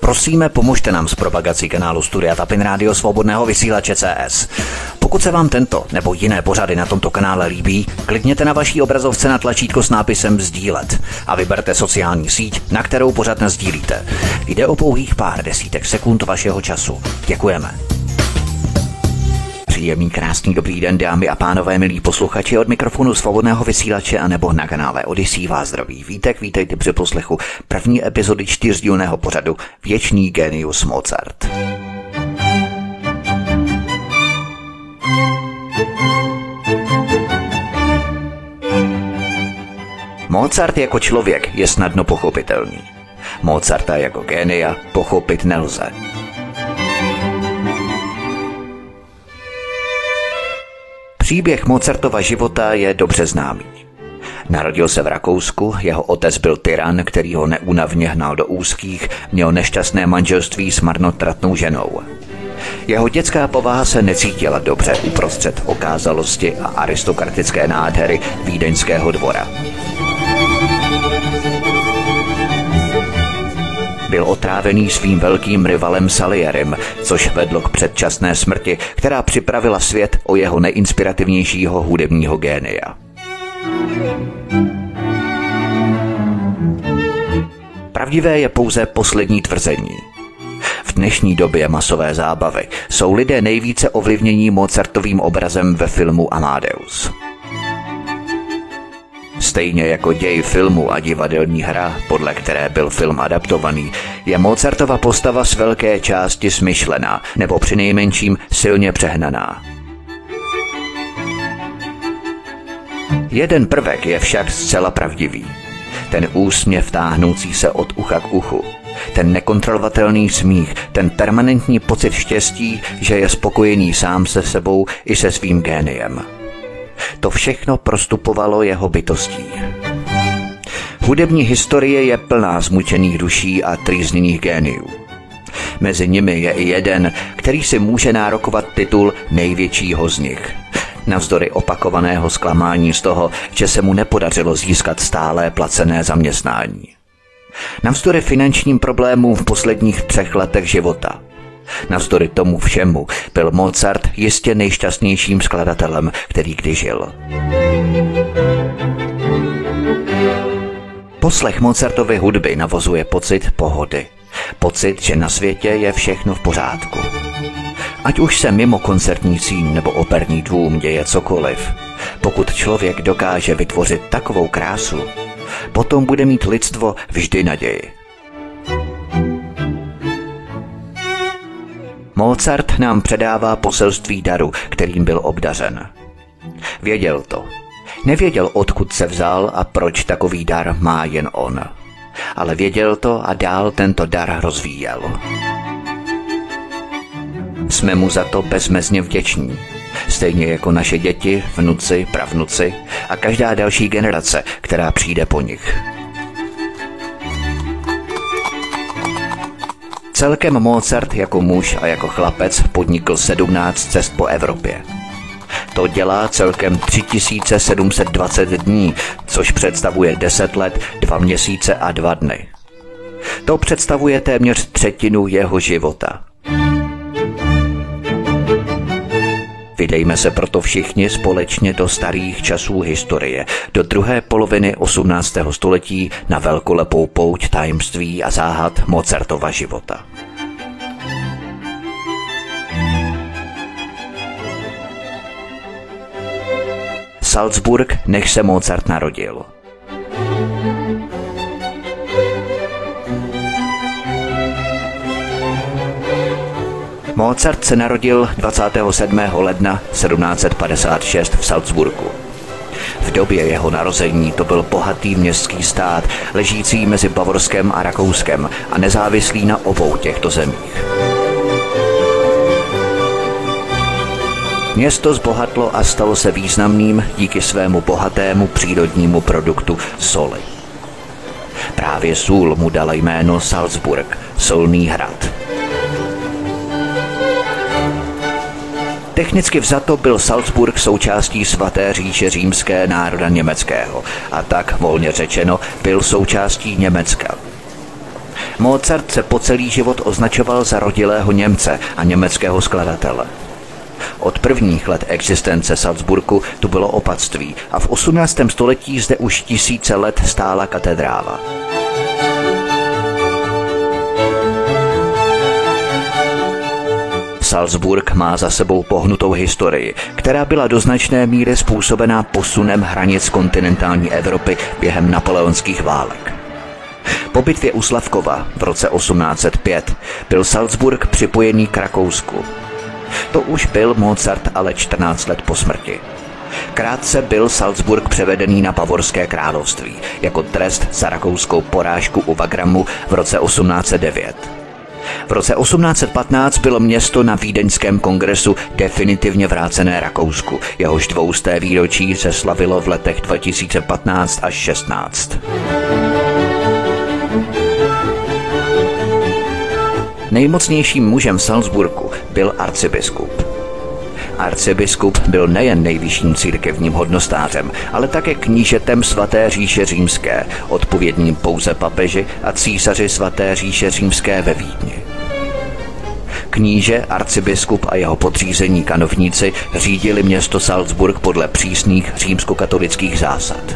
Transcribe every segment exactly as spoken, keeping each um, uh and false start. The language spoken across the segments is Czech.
Prosíme, pomožte nám s propagací kanálu Studia Tapin Rádio Svobodného vysílače C S. Pokud se vám tento nebo jiné pořady na tomto kanále líbí, klikněte na vaší obrazovce na tlačítko s nápisem sdílet a vyberte sociální síť, na kterou pořad nasdílíte. Jde o pouhých pár desítek sekund vašeho času. Děkujeme. Příjemný, krásný, dobrý den, dámy a pánové, milí posluchači, od mikrofonu Svobodného vysílače a nebo na kanále Odyssey vás zdraví Vítek. Vítejte při poslechu první epizody čtyřdílného pořadu Věčný génius Mozart. Mozart jako člověk je snadno pochopitelný. Mozarta jako génia pochopit nelze. Příběh Mozartova života je dobře známý. Narodil se v Rakousku, jeho otec byl tyran, který ho neúnavně hnal do úzkých, měl nešťastné manželství s marnotratnou ženou. Jeho dětská povaha se necítila dobře uprostřed okázalosti a aristokratické nádhery vídeňského dvora. Byl otrávený svým velkým rivalem Salierem, což vedlo k předčasné smrti, která připravila svět o jeho nejinspirativnějšího hudebního génia. Pravdivé je pouze poslední tvrzení. V dnešní době masové zábavy jsou lidé nejvíce ovlivnění Mozartovým obrazem ve filmu Amadeus. Stejně jako děj filmu a divadelní hra, podle které byl film adaptovaný, je Mozartova postava z velké části smyšlená, nebo přinejmenším silně přehnaná. Jeden prvek je však zcela pravdivý. Ten úsměv táhnoucí se od ucha k uchu, ten nekontrolovatelný smích, ten permanentní pocit štěstí, že je spokojený sám se sebou i se svým géniem. To všechno prostupovalo jeho bytostí. Hudební historie je plná zmučených duší a trýzněných géniů. Mezi nimi je i jeden, který si může nárokovat titul největšího z nich. Navzdory opakovaného zklamání z toho, že se mu nepodařilo získat stálé placené zaměstnání. Navzdory finančním problémům v posledních třech letech života. Navzdory tomu všemu byl Mozart jistě nejšťastnějším skladatelem, který kdy žil. Poslech Mozartovy hudby navozuje pocit pohody. Pocit, že na světě je všechno v pořádku. Ať už se mimo koncertní síň nebo operní dům děje cokoliv, pokud člověk dokáže vytvořit takovou krásu, potom bude mít lidstvo vždy naději. Mozart nám předává poselství daru, kterým byl obdařen. Věděl to. Nevěděl, odkud se vzal a proč takový dar má jen on. Ale věděl to a dál tento dar rozvíjel. Jsme mu za to bezmezně vděční. Stejně jako naše děti, vnuci, pravnuci a každá další generace, která přijde po nich. Celkem Mozart jako muž a jako chlapec podnikl sedmnáct cest po Evropě. To dělá celkem tři tisíce sedm set dvacet dní, což představuje deset let, dva měsíce a dva dny. To představuje téměř třetinu jeho života. Vydejme se proto všichni společně do starých časů historie, do druhé poloviny osmnáctého století na velkolepou pouť tajemství a záhad Mozartova života. Salzburg, než se Mozart narodil. Mozart se narodil dvacátého sedmého ledna sedmnáct set padesát šest v Salzburgu. V době jeho narození to byl bohatý městský stát, ležící mezi Bavorskem a Rakouskem a nezávislý na obou těchto zemích. Město zbohatlo a stalo se významným díky svému bohatému přírodnímu produktu soli. Právě sůl mu dala jméno Salzburg, solný hrad. Technicky vzato byl Salzburg součástí svaté říše římské národa německého a tak, volně řečeno, byl součástí Německa. Mozart se po celý život označoval za rodilého Němce a německého skladatele. Od prvních let existence Salzburgu tu bylo opatství a v osmnáctém století zde už tisíce let stála katedrála. Salzburg má za sebou pohnutou historii, která byla do značné míry způsobená posunem hranic kontinentální Evropy během napoleonských válek. Po bitvě u Slavkova v roce osmnáct set pět byl Salzburg připojený k Rakousku. To už byl Mozart ale čtrnáct let po smrti. Krátce byl Salzburg převedený na Bavorské království jako trest za rakouskou porážku u Wagramu v roce osmnáct set devět. V roce osmnáct set patnáct bylo město na Vídeňském kongresu definitivně vrácené Rakousku, jehož dvousté výročí se slavilo v letech dva tisíce patnáct až šestnáct. Nejmocnějším mužem v Salzburgu byl arcibiskup. Arcibiskup byl nejen nejvyšším církevním hodnostářem, ale také knížetem svaté říše římské, odpovědným pouze papeži a císaři svaté říše římské ve Vídni. Kníže, arcibiskup a jeho podřízení kanovníci řídili město Salzburg podle přísných římskokatolických zásad.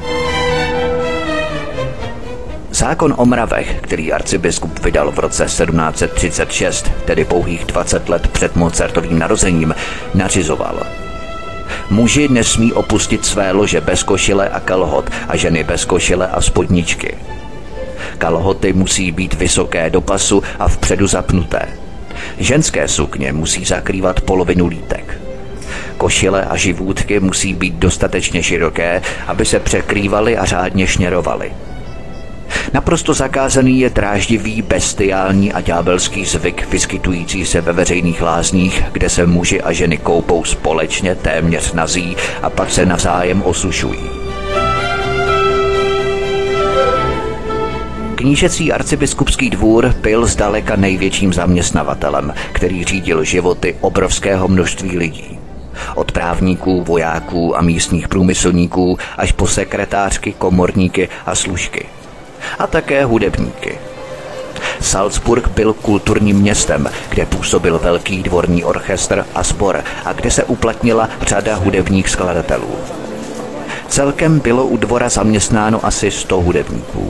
Zákon o mravech, který arcibiskup vydal v roce sedmnáct set třicet šest, tedy pouhých dvacet let před Mozartovým narozením, nařizoval: muži nesmí opustit své lože bez košile a kalhot a ženy bez košile a spodničky. Kalhoty musí být vysoké do pasu a vpředu zapnuté. Ženské sukně musí zakrývat polovinu lítek. Košile a živůtky musí být dostatečně široké, aby se překrývaly a řádně šněrovaly. Naprosto zakázaný je dráždivý, bestiální a ďábelský zvyk vyskytující se ve veřejných lázních, kde se muži a ženy koupou společně téměř nazí a pak se navzájem osušují. Knížecí arcibiskupský dvůr byl zdaleka největším zaměstnavatelem, který řídil životy obrovského množství lidí. Od právníků, vojáků a místních průmyslníků až po sekretářky, komorníky a služky. A také hudebníky. Salzburg byl kulturním městem, kde působil velký dvorní orchestr a sbor a kde se uplatnila řada hudebních skladatelů. Celkem bylo u dvora zaměstnáno asi sto hudebníků.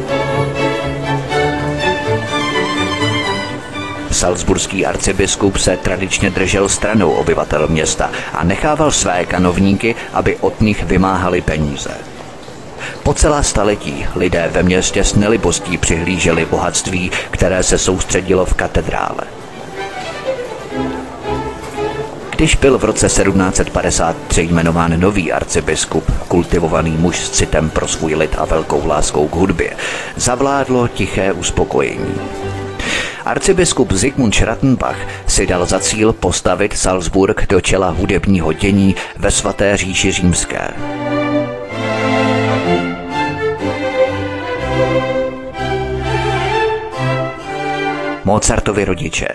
Salzburský arcibiskup se tradičně držel stranou obyvatel města a nechával své kanovníky, aby od nich vymáhali peníze. Po celá staletí lidé ve městě s nelibostí přihlíželi bohatství, které se soustředilo v katedrále. Když byl v roce sedmnáct set padesát tři jmenován nový arcibiskup, kultivovaný muž s citem pro svůj lid a velkou láskou k hudbě, zavládlo tiché uspokojení. Arcibiskup Zikmund Schrattenbach si dal za cíl postavit Salzburg do čela hudebního dění ve svaté říši římské. Mozartovi rodiče.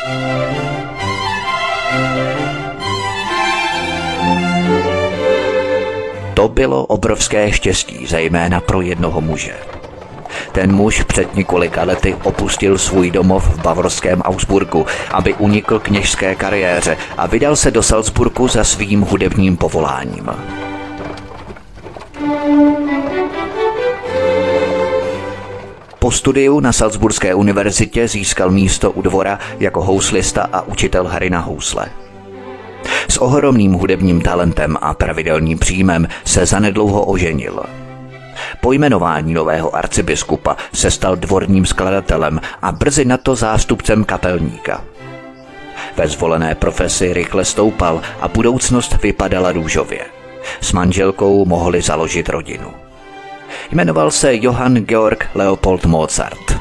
To bylo obrovské štěstí, zejména pro jednoho muže. Ten muž před několika lety opustil svůj domov v bavorském Augsburgu, aby unikl kněžské kariéře a vydal se do Salzburgu za svým hudebním povoláním. Po studiu na Salzburské univerzitě získal místo u dvora jako houslista a učitel hry na housle. S ohromným hudebním talentem a pravidelným příjmem se zanedlouho oženil. Po jmenování nového arcibiskupa se stal dvorním skladatelem a brzy na to zástupcem kapelníka. Ve zvolené profesi rychle stoupal a budoucnost vypadala růžově. S manželkou mohli založit rodinu. Jmenoval se Johann Georg Leopold Mozart.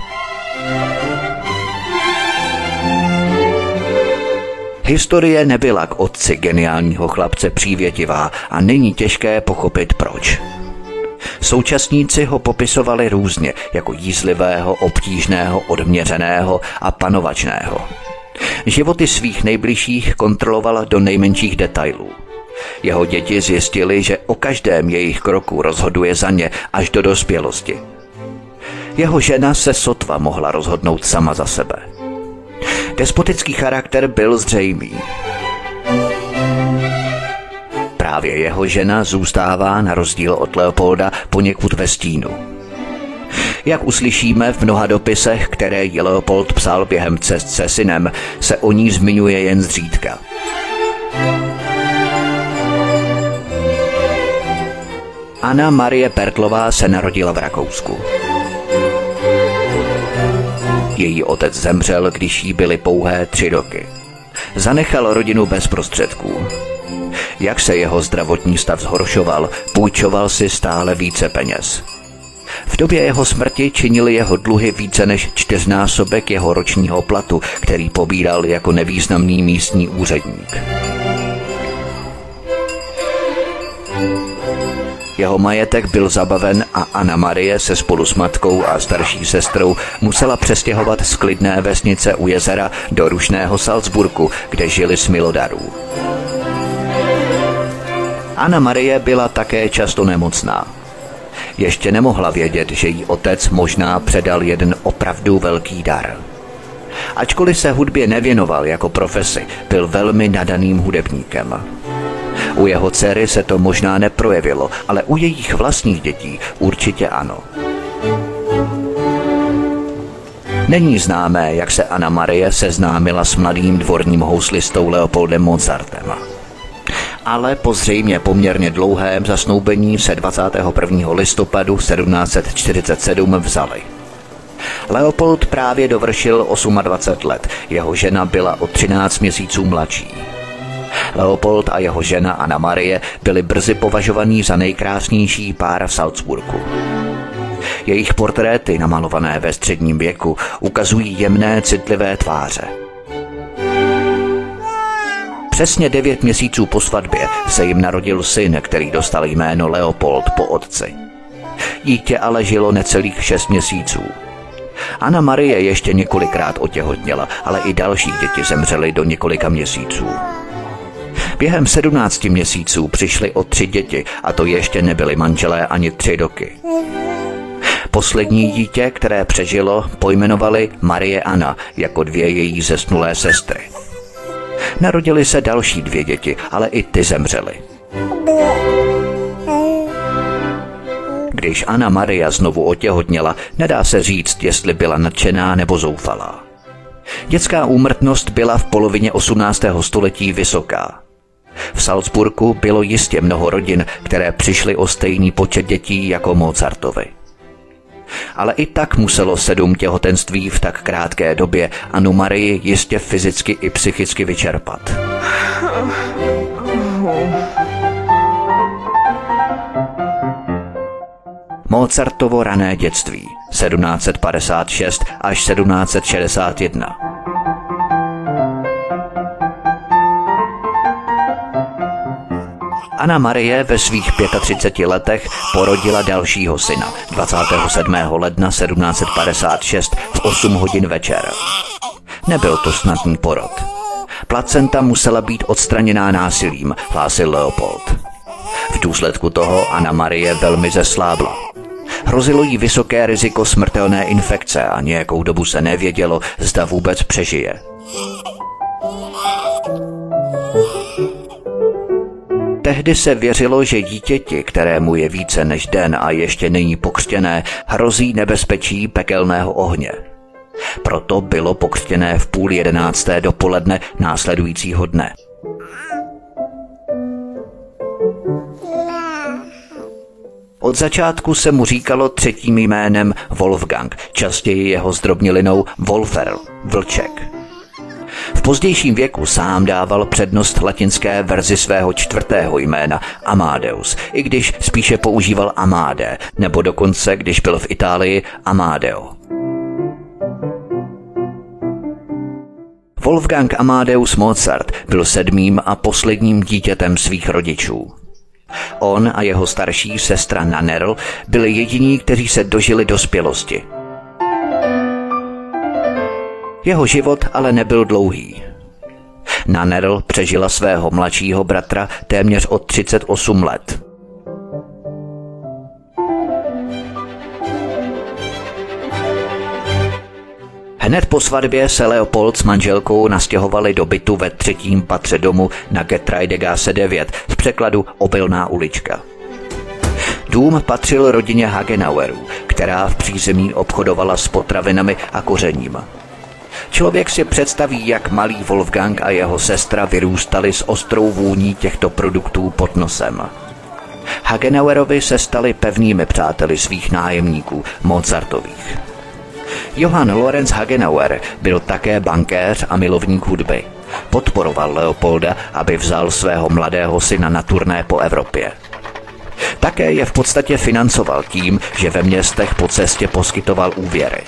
Historie nebyla k otci geniálního chlapce přívětivá a není těžké pochopit proč. Současníci ho popisovali různě, jako jízlivého, obtížného, odměřeného a panovačného. Životy svých nejbližších kontroloval do nejmenších detailů. Jeho děti zjistili, že o každém jejich kroku rozhoduje za ně až do dospělosti. Jeho žena se sotva mohla rozhodnout sama za sebe. Despotický charakter byl zřejmý. Právě jeho žena zůstává na rozdíl od Leopolda poněkud ve stínu. Jak uslyšíme v mnoha dopisech, které jí Leopold psal během cest se synem, se o ní zmiňuje jen zřídka. Anna Marie Pertlová se narodila v Rakousku. Její otec zemřel, když jí byly pouhé tři roky. Zanechal rodinu bez prostředků. Jak se jeho zdravotní stav zhoršoval, půjčoval si stále více peněz. V době jeho smrti činily jeho dluhy více než čtyřnásobek jeho ročního platu, který pobíral jako nevýznamný místní úředník. Jeho majetek byl zabaven a Anna Marie se spolu s matkou a starší sestrou musela přestěhovat z klidné vesnice u jezera do rušného Salzburgu, kde žili z milodarů. Anna Marie byla také často nemocná. Ještě nemohla vědět, že jí otec možná předal jeden opravdu velký dar. Ačkoliv se hudbě nevěnoval jako profesi, byl velmi nadaným hudebníkem. U jeho dcery se to možná neprojevilo, ale u jejich vlastních dětí určitě ano. Není známé, jak se Anna Marie seznámila s mladým dvorním houslistou Leopoldem Mozartem. Ale po zřejmě poměrně dlouhém zasnoubení se dvacátého prvního listopadu sedmnáct set čtyřicet sedm vzali. Leopold právě dovršil dvacet osm let, jeho žena byla o třináct měsíců mladší. Leopold a jeho žena Anna Marie byli brzy považovaní za nejkrásnější pár v Salzburgu. Jejich portréty, namalované ve středním věku, ukazují jemné, citlivé tváře. Přesně devět měsíců po svatbě se jim narodil syn, který dostal jméno Leopold po otci. Dítě ale žilo necelých šest měsíců. Anna Marie ještě několikrát otěhotněla, ale i další děti zemřely do několika měsíců. Během sedmnácti měsíců přišly o tři děti, a to ještě nebyly manželé ani tři roky. Poslední dítě, které přežilo, pojmenovali Marie Anna jako dvě její zesnulé sestry. Narodily se další dvě děti, ale i ty zemřely. Když Anna Maria znovu otěhotněla, nedá se říct, jestli byla nadšená nebo zoufalá. Dětská úmrtnost byla v polovině osmnáctého století vysoká. V Salzburgu bylo jistě mnoho rodin, které přišly o stejný počet dětí jako Mozartovi. Ale i tak muselo sedm těhotenství v tak krátké době Annu Marii jistě fyzicky i psychicky vyčerpat. Mozartovo rané dětství sedmnáct set padesát šest až sedmnáct set šedesát jedna. Anna Marie ve svých třiceti pěti letech porodila dalšího syna dvacátého sedmého ledna sedmnáct set padesát šest v osm hodin večer. Nebyl to snadný porod. Placenta musela být odstraněná násilím, hlásil Leopold. V důsledku toho Anna Marie velmi zeslábla. Hrozilo jí vysoké riziko smrtelné infekce a nějakou dobu se nevědělo, zda vůbec přežije. Tehdy se věřilo, že dítěti, kterému je více než den a ještě není pokřtěné, hrozí nebezpečí pekelného ohně. Proto bylo pokřtěné v půl jedenácté dopoledne následujícího dne. Od začátku se mu říkalo třetím jménem Wolfgang, častěji jeho zdrobnělinou Wolfer, vlček. V pozdějším věku sám dával přednost latinské verzi svého čtvrtého jména Amadeus, i když spíše používal Amade, nebo dokonce, když byl v Itálii, Amadeo. Wolfgang Amadeus Mozart byl sedmým a posledním dítětem svých rodičů. On a jeho starší sestra Nannerl byli jediní, kteří se dožili dospělosti. Jeho život ale nebyl dlouhý. Nannerl přežila svého mladšího bratra téměř o třicet osm let. Hned po svatbě se Leopold s manželkou nastěhovali do bytu ve třetím patře domu na Getreidegasse devět, v překladu Obilná ulička. Dům patřil rodině Hagenauerů, která v přízemí obchodovala s potravinami a kořením. Člověk si představí, jak malý Wolfgang a jeho sestra vyrůstali s ostrou vůní těchto produktů pod nosem. Hagenauerovi se stali pevnými přáteli svých nájemníků, Mozartových. Johann Lorenz Hagenauer byl také bankéř a milovník hudby. Podporoval Leopolda, aby vzal svého mladého syna na turné po Evropě. Také je v podstatě financoval tím, že ve městech po cestě poskytoval úvěry.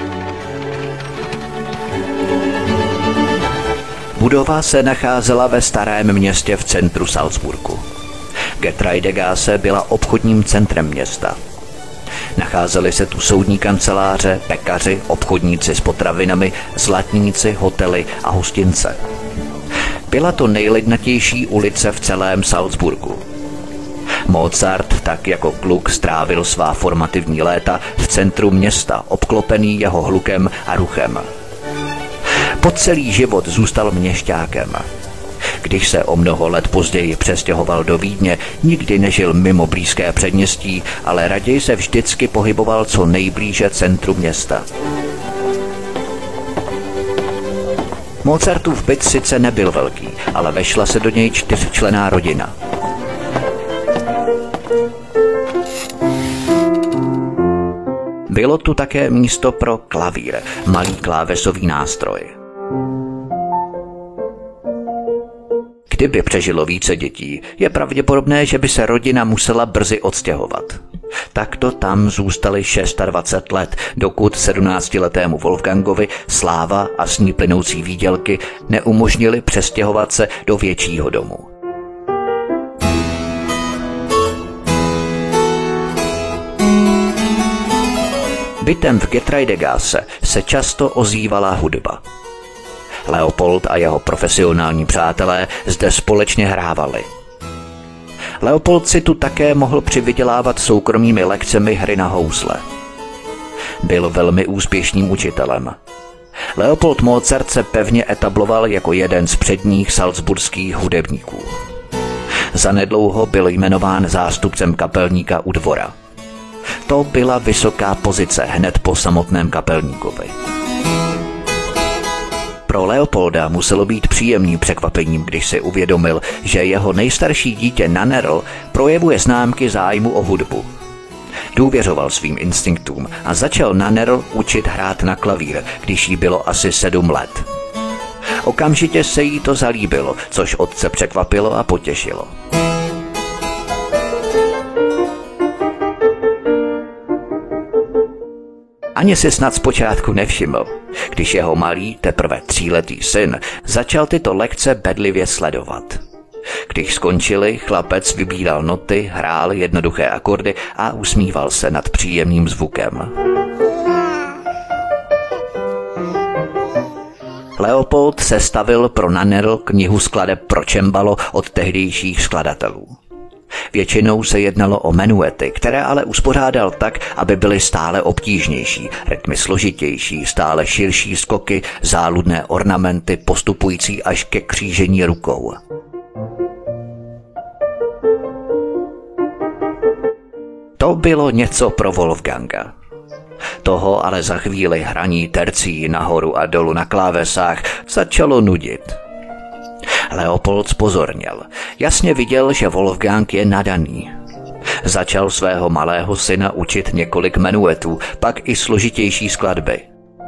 Budova se nacházela ve starém městě v centru Salzburgu. Getreidegasse byla obchodním centrem města. Nacházely se tu soudní kanceláře, pekaři, obchodníci s potravinami, zlatníci, hotely a hostince. Byla to nejlidnatější ulice v celém Salzburgu. Mozart tak jako kluk strávil svá formativní léta v centru města, obklopený jeho hlukem a ruchem. Po celý život zůstal měšťákem. Když se o mnoho let později přestěhoval do Vídně, nikdy nežil mimo blízké předměstí, ale raději se vždycky pohyboval co nejblíže centru města. Mozartův byt sice nebyl velký, ale vešla se do něj čtyřčlenná rodina. Bylo tu také místo pro klavír, malý klávesový nástroj. Kdyby přežilo více dětí, je pravděpodobné, že by se rodina musela brzy odstěhovat. Takto tam zůstali dvacet šest let, dokud sedmnáctiletému Wolfgangovi sláva a s ní plynoucí výdělky neumožnili přestěhovat se do většího domu. Bytem v Getreidegasse se často ozývala hudba. Leopold a jeho profesionální přátelé zde společně hrávali. Leopold si tu také mohl přivydělávat soukromými lekcemi hry na housle. Byl velmi úspěšným učitelem. Leopold Mozart se pevně etabloval jako jeden z předních salzburských hudebníků. Zanedlouho byl jmenován zástupcem kapelníka u dvora. To byla vysoká pozice hned po samotném kapelníkovi. Pro Leopolda muselo být příjemným překvapením, když si uvědomil, že jeho nejstarší dítě Nannerl projevuje známky zájmu o hudbu. Důvěřoval svým instinktům a začal Nannerl učit hrát na klavír, když jí bylo asi sedm let. Okamžitě se jí to zalíbilo, což otce překvapilo a potěšilo. Ani si snad zpočátku nevšiml, když jeho malý, teprve tříletý syn začal tyto lekce bedlivě sledovat. Když skončili, chlapec vybíral noty, hrál jednoduché akordy a usmíval se nad příjemným zvukem. Leopold sestavil pro Nannerl knihu skladeb pro čembalo od tehdejších skladatelů. Většinou se jednalo o menuety, které ale uspořádal tak, aby byly stále obtížnější, rytmy složitější, stále širší skoky, záludné ornamenty postupující až ke křížení rukou. To bylo něco pro Wolfganga. Toho ale za chvíli hraní tercí nahoru a dolů na klávesách začalo nudit. Leopold zpozorněl. Jasně viděl, že Wolfgang je nadaný. Začal svého malého syna učit několik menuetů, pak i složitější skladby.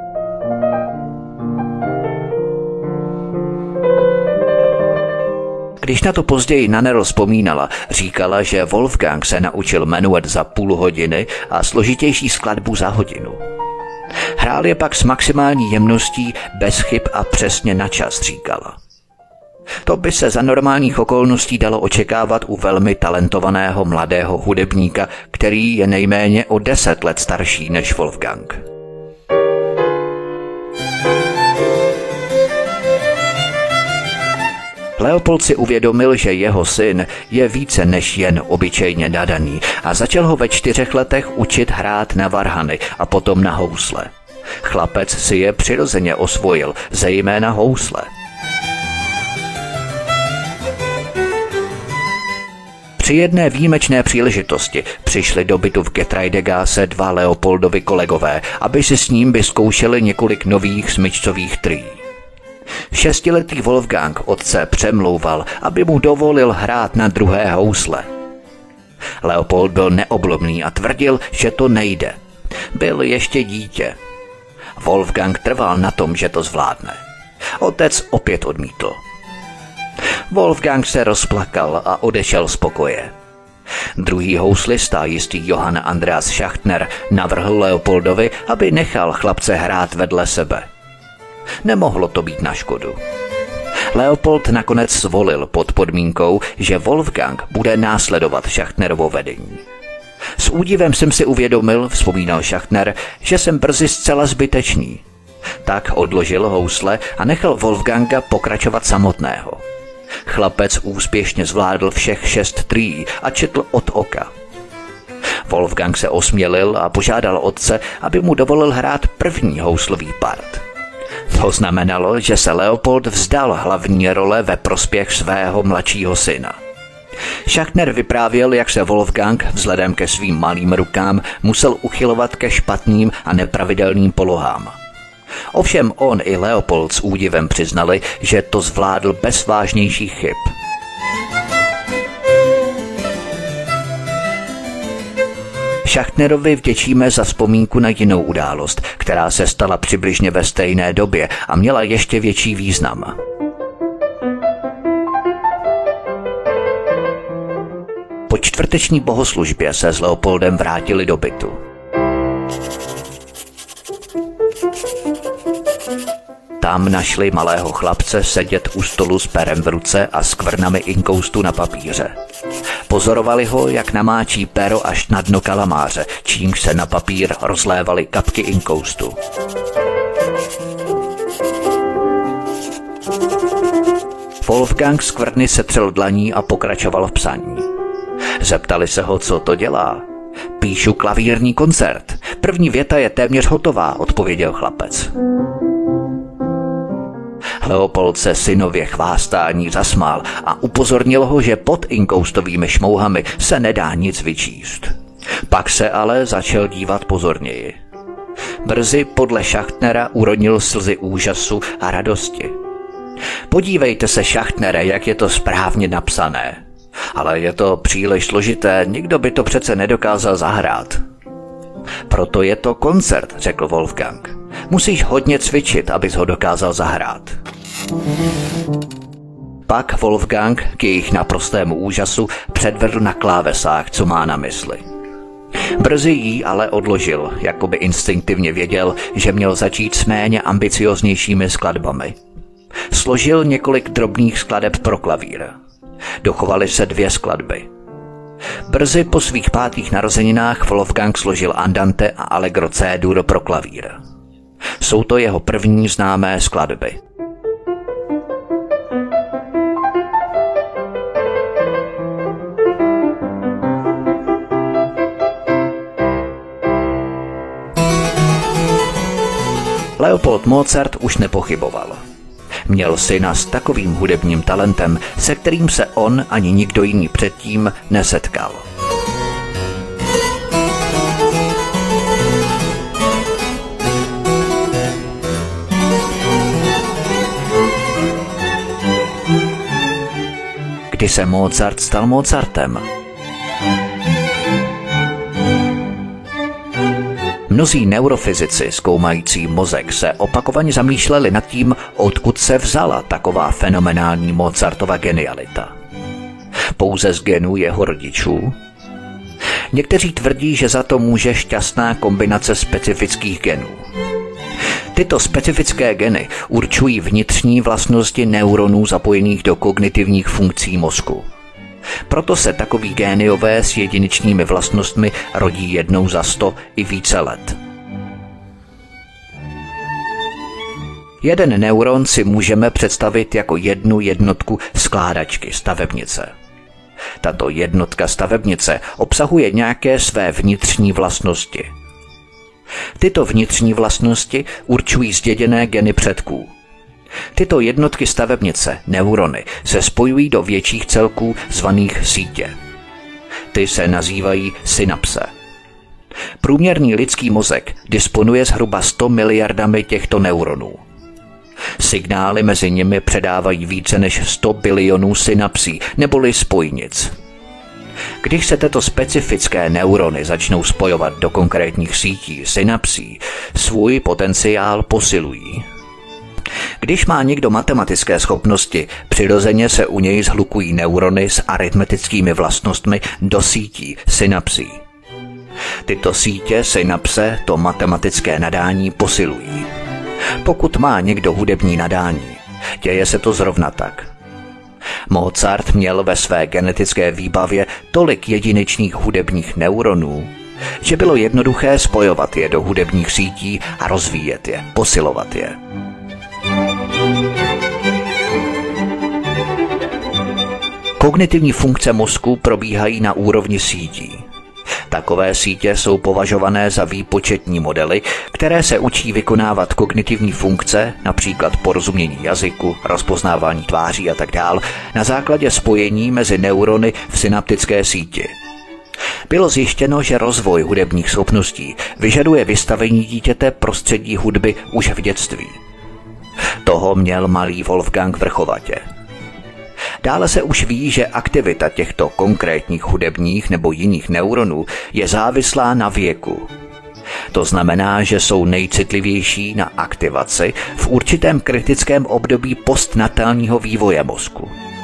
Když na to později Nannerl vzpomínala, říkala, že Wolfgang se naučil menuet za půl hodiny a složitější skladbu za hodinu. Hrál je pak s maximální jemností, bez chyb a přesně na čas, říkala. To by se za normálních okolností dalo očekávat u velmi talentovaného mladého hudebníka, který je nejméně o deset let starší než Wolfgang. Leopold si uvědomil, že jeho syn je více než jen obyčejně nadaný a začal ho ve čtyřech letech učit hrát na varhany a potom na housle. Chlapec si je přirozeně osvojil, zejména housle. Při jedné výjimečné příležitosti přišli do bytu v Getreidegasse dva Leopoldovi kolegové, aby si s ním vyzkoušeli několik nových smyčcových trií. Šestiletý Wolfgang otce přemlouval, aby mu dovolil hrát na druhé housle. Leopold byl neoblomný a tvrdil, že to nejde. Byl ještě dítě. Wolfgang trval na tom, že to zvládne. Otec opět odmítl. Wolfgang se rozplakal a odešel z pokoje. Druhý houslista, jistý Johann Andreas Schachtner, navrhl Leopoldovi, aby nechal chlapce hrát vedle sebe. Nemohlo to být na škodu. Leopold nakonec zvolil pod podmínkou, že Wolfgang bude následovat Schachtnerovo vedení. S údivem jsem si uvědomil, vzpomínal Schachtner, že jsem brzy zcela zbytečný. Tak odložil housle a nechal Wolfganga pokračovat samotného. Chlapec úspěšně zvládl všech šest trií a četl od oka. Wolfgang se osmělil a požádal otce, aby mu dovolil hrát první houslový part. To znamenalo, že se Leopold vzdal hlavní role ve prospěch svého mladšího syna. Schachtner vyprávěl, jak se Wolfgang vzhledem ke svým malým rukám musel uchylovat ke špatným a nepravidelným polohám. Ovšem on i Leopold s údivem přiznali, že to zvládl bez vážnějších chyb. Schachtnerovi vděčíme za vzpomínku na jinou událost, která se stala přibližně ve stejné době a měla ještě větší význam. Po čtvrteční bohoslužbě se s Leopoldem vrátili do bytu. Tam našli malého chlapce sedět u stolu s perem v ruce a skvrnami inkoustu na papíře. Pozorovali ho, jak namáčí pero až na dno kalamáře, čímž se na papír rozlévaly kapky inkoustu. Wolfgang skvrny setřel dlaní a pokračoval v psaní. Zeptali se ho, co to dělá. Píšu klavírní koncert. První věta je téměř hotová, odpověděl chlapec. Leopold se synově chvástání zasmál a upozornil ho, že pod inkoustovými šmouhami se nedá nic vyčíst. Pak se ale začal dívat pozorněji. Brzy podle Schachtnera uronil slzy úžasu a radosti. Podívejte se, Schachtnere, jak je to správně napsané. Ale je to příliš složité, nikdo by to přece nedokázal zahrát. Proto je to koncert, řekl Wolfgang. Musíš hodně cvičit, abys ho dokázal zahrát. Pak Wolfgang k jejich naprostému úžasu předvedl na klávesách, co má na mysli. Brzy jí ale odložil, jako by instinktivně věděl, že měl začít s méně ambicioznějšími skladbami. Složil několik drobných skladeb pro klavír. Dochovaly se dvě skladby. Brzy po svých pátých narozeninách Wolfgang složil andante a allegro C-dur pro klavír. Jsou to jeho první známé skladby. Leopold Mozart už nepochyboval. Měl syna s takovým hudebním talentem, se kterým se on ani nikdo jiný předtím nesetkal. Kdy se Mozart stal Mozartem? Mnozí neurofyzici zkoumající mozek se opakovaně zamýšleli nad tím, odkud se vzala taková fenomenální Mozartova genialita. Pouze z genů jeho rodičů? Někteří tvrdí, že za to může šťastná kombinace specifických genů. Tyto specifické geny určují vnitřní vlastnosti neuronů zapojených do kognitivních funkcí mozku. Proto se takoví géniové s jedinečnými vlastnostmi rodí jednou za sto i více let. Jeden neuron si můžeme představit jako jednu jednotku skládačky stavebnice. Tato jednotka stavebnice obsahuje nějaké své vnitřní vlastnosti. Tyto vnitřní vlastnosti určují zděděné geny předků. Tyto jednotky stavebnice, neurony, se spojují do větších celků zvaných sítě. Ty se nazývají synapse. Průměrný lidský mozek disponuje zhruba sto miliardami těchto neuronů. Signály mezi nimi předávají více než sto bilionů synapsí neboli spojnic. Když se tyto specifické neurony začnou spojovat do konkrétních sítí synapsí, svůj potenciál posilují. Když má někdo matematické schopnosti, přirozeně se u něj shlukují neurony s aritmetickými vlastnostmi do sítí synapsí. Tyto sítě synapse to matematické nadání posilují. Pokud má někdo hudební nadání, děje se to zrovna tak. Mozart měl ve své genetické výbavě tolik jedinečných hudebních neuronů, že bylo jednoduché spojovat je do hudebních sítí a rozvíjet je, posilovat je. Kognitivní funkce mozku probíhají na úrovni sítí. Takové sítě jsou považované za výpočetní modely, které se učí vykonávat kognitivní funkce, například porozumění jazyku, rozpoznávání tváří a tak dál, na základě spojení mezi neurony v synaptické síti. Bylo zjištěno, že rozvoj hudebních schopností vyžaduje vystavení dítěte prostředí hudby už v dětství. Toho měl malý Wolfgang vrchovatě. Dále se už ví, že aktivita těchto konkrétních hudebních nebo jiných neuronů je závislá na věku. To znamená, že jsou nejcitlivější na aktivaci v určitém kritickém období postnatálního vývoje mozku.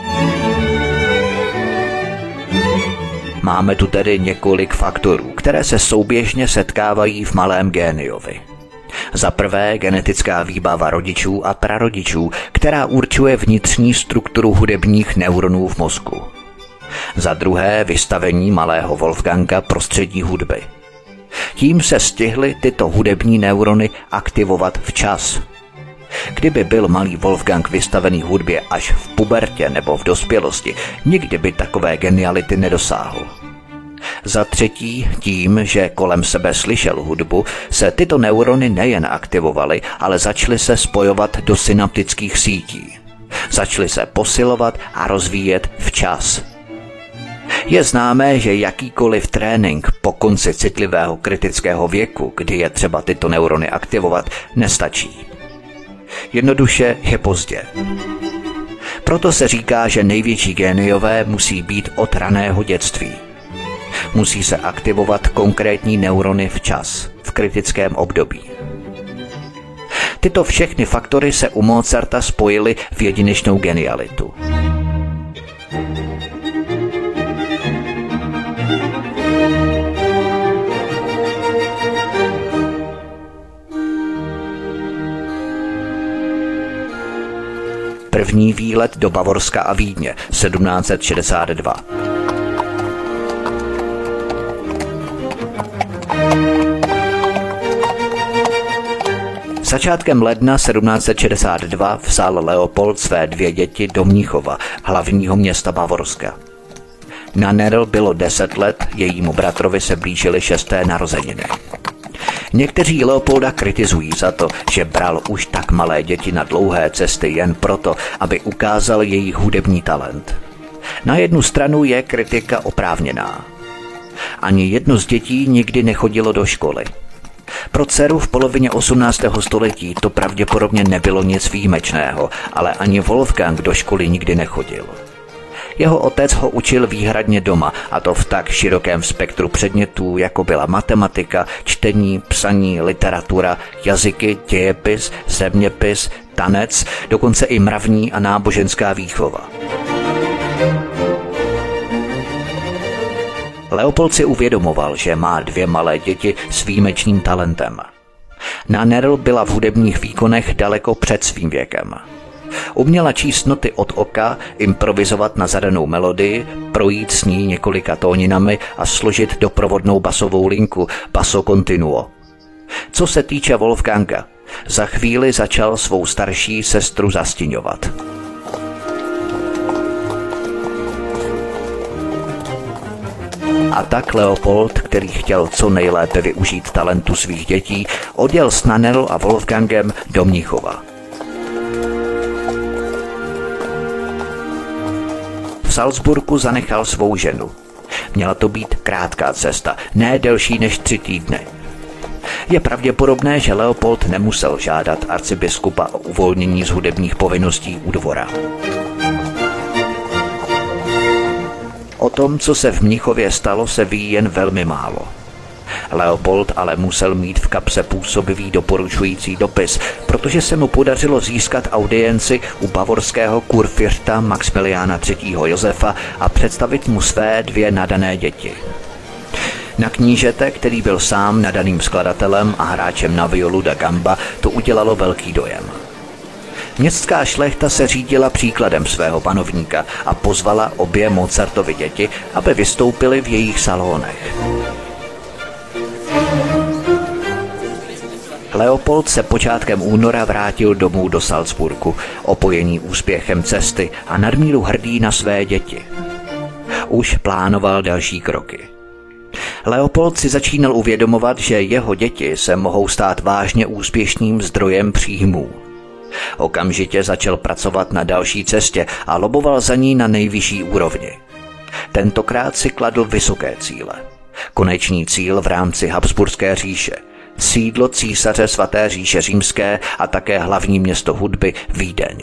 Máme tu tedy několik faktorů, které se souběžně setkávají v malém géniovi. Za prvé genetická výbava rodičů a prarodičů, která určuje vnitřní strukturu hudebních neuronů v mozku. Za druhé vystavení malého Wolfganga prostředí hudby. Tím se stihly tyto hudební neurony aktivovat včas. Kdyby byl malý Wolfgang vystavený hudbě až v pubertě nebo v dospělosti, nikdy by takové geniality nedosáhl. Za třetí, tím, že kolem sebe slyšel hudbu, se tyto neurony nejen aktivovaly, ale začaly se spojovat do synaptických sítí. Začaly se posilovat a rozvíjet včas. Je známé, že jakýkoliv trénink po konci citlivého kritického věku, kdy je třeba tyto neurony aktivovat, nestačí. Jednoduše je pozdě. Proto se říká, že největší géniové musí být od raného dětství. Musí se aktivovat konkrétní neurony včas, v kritickém období. Tyto všechny faktory se u Mozarta spojily v jedinečnou genialitu. První výlet do Bavorska a Vídně, sedmnáct set šedesát dva. Začátkem ledna sedmnáct set šedesát dva vzal Leopold své dvě děti do Mnichova, hlavního města Bavorska. Na Nerl bylo deset let, jejímu bratrovi se blížily šesté narozeniny. Někteří Leopolda kritizují za to, že bral už tak malé děti na dlouhé cesty jen proto, aby ukázal jejich hudební talent. Na jednu stranu je kritika oprávněná. Ani jedno z dětí nikdy nechodilo do školy. Pro dceru v polovině osmnáctého století to pravděpodobně nebylo nic výjimečného, ale ani Wolfgang do školy nikdy nechodil. Jeho otec ho učil výhradně doma, a to v tak širokém spektru předmětů, jako byla matematika, čtení, psaní, literatura, jazyky, dějepis, zeměpis, tanec, dokonce i mravní a náboženská výchova. Leopold si uvědomoval, že má dvě malé děti s výjimečným talentem. Na Nerl byla v hudebních výkonech daleko před svým věkem. Uměla číst noty od oka, improvizovat na zadanou melodii, projít s ní několika tóninami a složit doprovodnou basovou linku, basso continuo. Co se týče Wolfganga, za chvíli začal svou starší sestru zastěňovat. A tak Leopold, který chtěl co nejlépe využít talentu svých dětí, odjel s Nannerl a Wolfgangem do Mnichova. V Salzburgu zanechal svou ženu. Měla to být krátká cesta, ne delší než tři týdny. Je pravděpodobné, že Leopold nemusel žádat arcibiskupa o uvolnění z hudebních povinností u dvora. O tom, co se v Mnichově stalo, se ví jen velmi málo. Leopold ale musel mít v kapse působivý doporučující dopis, protože se mu podařilo získat audienci u bavorského kurfiřta Maxmiliána třetího. Josefa a představit mu své dvě nadané děti. Na knížete, který byl sám nadaným skladatelem a hráčem na violu da gamba, to udělalo velký dojem. Městská šlechta se řídila příkladem svého panovníka a pozvala obě Mozartovy děti, aby vystoupily v jejich salonech. Leopold se počátkem února vrátil domů do Salzburgu, opojený úspěchem cesty a nadmíru hrdý na své děti. Už plánoval další kroky. Leopold si začínal uvědomovat, že jeho děti se mohou stát vážně úspěšným zdrojem příjmů. Okamžitě začal pracovat na další cestě a loboval za ní na nejvyšší úrovni. Tentokrát si kladl vysoké cíle. Konečný cíl v rámci Habsburské říše, sídlo císaře svaté říše římské a také hlavní město hudby Vídeň.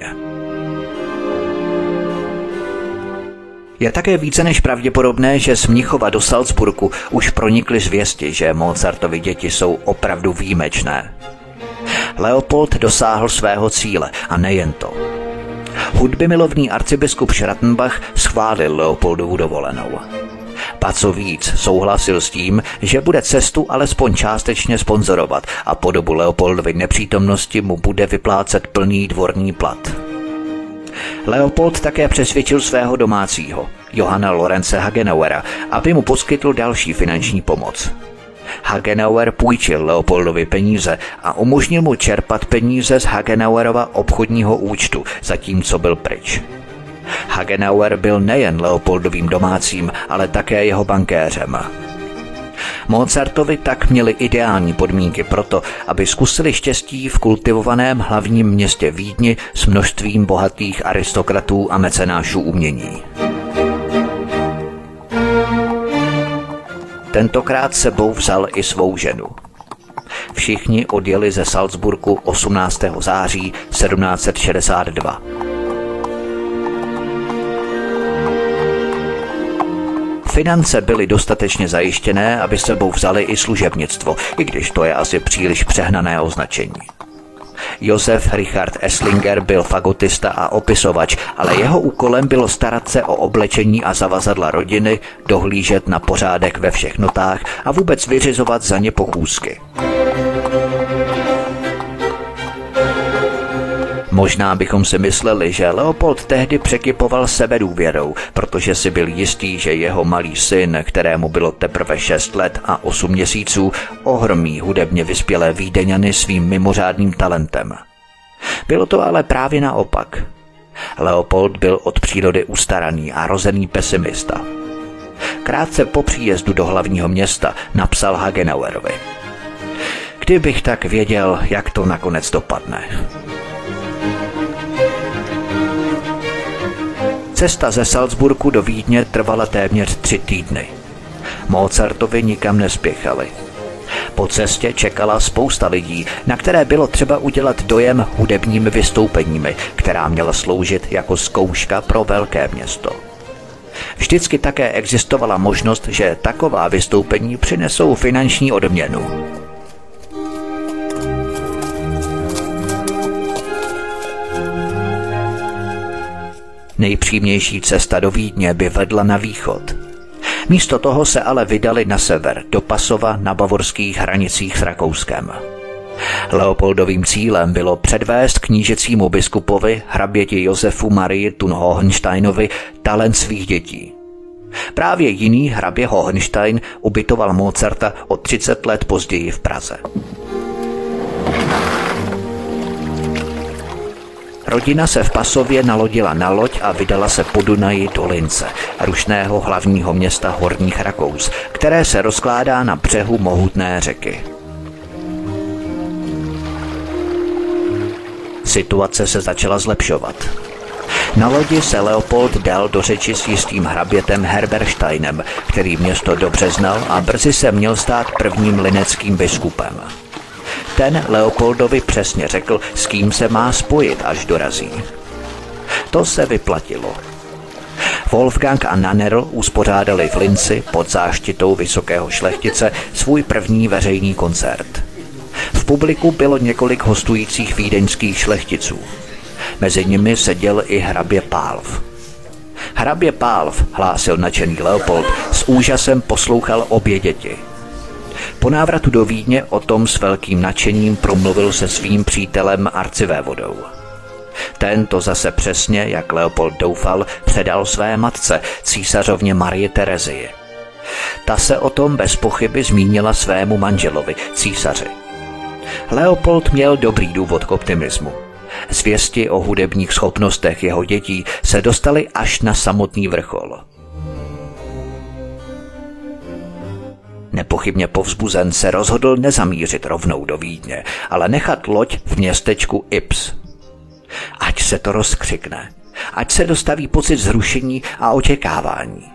Je také více než pravděpodobné, že z Mnichova do Salzburgu už pronikly zvěsti, že Mozartovy děti jsou opravdu výjimečné. Leopold dosáhl svého cíle a nejen to. Hudbymilovný arcibiskup Schrattenbach schválil Leopoldovu dovolenou. A co víc, souhlasil s tím, že bude cestu alespoň částečně sponzorovat a po dobu Leopoldovy nepřítomnosti mu bude vyplácet plný dvorní plat. Leopold také přesvědčil svého domácího, Johanna Lorence Hagenauera, aby mu poskytl další finanční pomoc. Hagenauer půjčil Leopoldovi peníze a umožnil mu čerpat peníze z Hagenauerova obchodního účtu, zatímco byl pryč. Hagenauer byl nejen Leopoldovým domácím, ale také jeho bankéřem. Mozartovi tak měli ideální podmínky pro to, aby zkusili štěstí v kultivovaném hlavním městě Vídni s množstvím bohatých aristokratů a mecenášů umění. Tentokrát sebou vzal i svou ženu. Všichni odjeli ze Salzburgu osmnáctého září sedmnáct set šedesát dva. Finance byly dostatečně zajištěné, aby sebou vzali i služebnictvo, i když to je asi příliš přehnané označení. Josef Richard Esslinger byl fagotista a opisovač, ale jeho úkolem bylo starat se o oblečení a zavazadla rodiny, dohlížet na pořádek ve všech notách a vůbec vyřizovat za ně pochůzky. Možná bychom si mysleli, že Leopold tehdy překypoval sebedůvěrou, protože si byl jistý, že jeho malý syn, kterému bylo teprve šest let a osm měsíců, ohromí hudebně vyspělé Vídeňany svým mimořádným talentem. Bylo to ale právě naopak. Leopold byl od přírody ustaraný a rozený pesimista. Krátce po příjezdu do hlavního města napsal Hagenauerovi: Kdybych tak věděl, jak to nakonec dopadne. Cesta ze Salzburgu do Vídně trvala téměř tři týdny. Mozartovi nikam nespěchali. Po cestě čekala spousta lidí, na které bylo třeba udělat dojem hudebními vystoupeními, která měla sloužit jako zkouška pro velké město. Vždycky také existovala možnost, že taková vystoupení přinesou finanční odměnu. Nejpřímější cesta do Vídně by vedla na východ. Místo toho se ale vydali na sever, do Pasova na bavorských hranicích s Rakouskem. Leopoldovým cílem bylo předvést knížecímu biskupovi, hraběti Josefu Marii Thun Hohensteinovi, talent svých dětí. Právě jiný hrabě Hohenstein ubytoval Mozarta o třicet let později v Praze. Rodina se v Pasově nalodila na loď a vydala se po Dunaji do Lince, rušného hlavního města Horních Rakous, které se rozkládá na břehu mohutné řeky. Situace se začala zlepšovat. Na lodi se Leopold dal do řeči s jistým hrabětem Herbersteinem, který město dobře znal a brzy se měl stát prvním lineckým biskupem. Ten Leopoldovi přesně řekl, s kým se má spojit, až dorazí. To se vyplatilo. Wolfgang a Nannerl uspořádali v Linci pod záštitou vysokého šlechtice svůj první veřejný koncert. V publiku bylo několik hostujících vídeňských šlechticů. Mezi nimi seděl i hrabě Pálv. Hrabě Pálv, hlásil nadšený Leopold, s úžasem poslouchal obě děti. Po návratu do Vídně o tom s velkým nadšením promluvil se svým přítelem arcivévodou. Ten to zase přesně, jak Leopold doufal, předal své matce, císařovně Marii Terezii. Ta se o tom bez pochyby zmínila svému manželovi, císaři. Leopold měl dobrý důvod k optimismu. Zvěsti o hudebních schopnostech jeho dětí se dostaly až na samotný vrchol. Nepochybně povzbuzen se rozhodl nezamířit rovnou do Vídně, ale nechat loď v městečku Yps. Ať se to rozkřikne, ať se dostaví pocit zrušení a očekávání.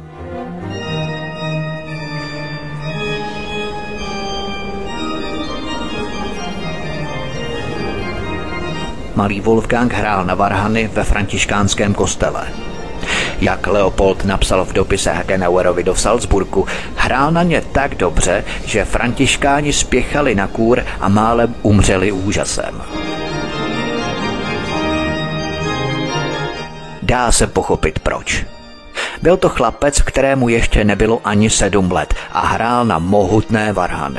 Malý Wolfgang hrál na varhany ve františkánském kostele. Jak Leopold napsal v dopise Hagenauerovi do Salzburgu, hrál na ně tak dobře, že františkáni spěchali na kůr a málem umřeli úžasem. Dá se pochopit proč. Byl to chlapec, kterému ještě nebylo ani sedm let a hrál na mohutné varhany.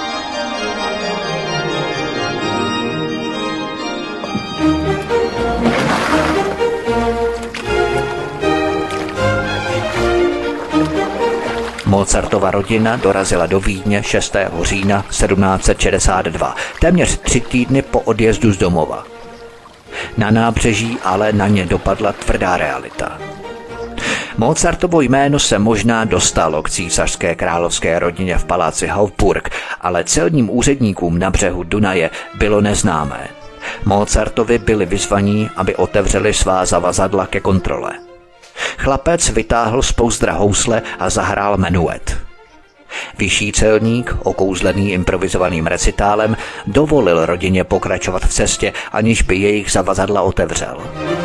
Mozartova rodina dorazila do Vídně šestého října sedmnáct set šedesát dva, téměř tři týdny po odjezdu z domova. Na nábřeží ale na ně dopadla tvrdá realita. Mozartovo jméno se možná dostalo k císařské královské rodině v paláci Hofburg, ale celním úředníkům na břehu Dunaje bylo neznámé. Mozartovi byli vyzvaní, aby otevřeli svá zavazadla ke kontrole. Chlapec vytáhl z pouzdra housle a zahrál menuet. Vyšší celník, okouzlený improvizovaným recitálem, dovolil rodině pokračovat v cestě, aniž by jejich zavazadla otevřel.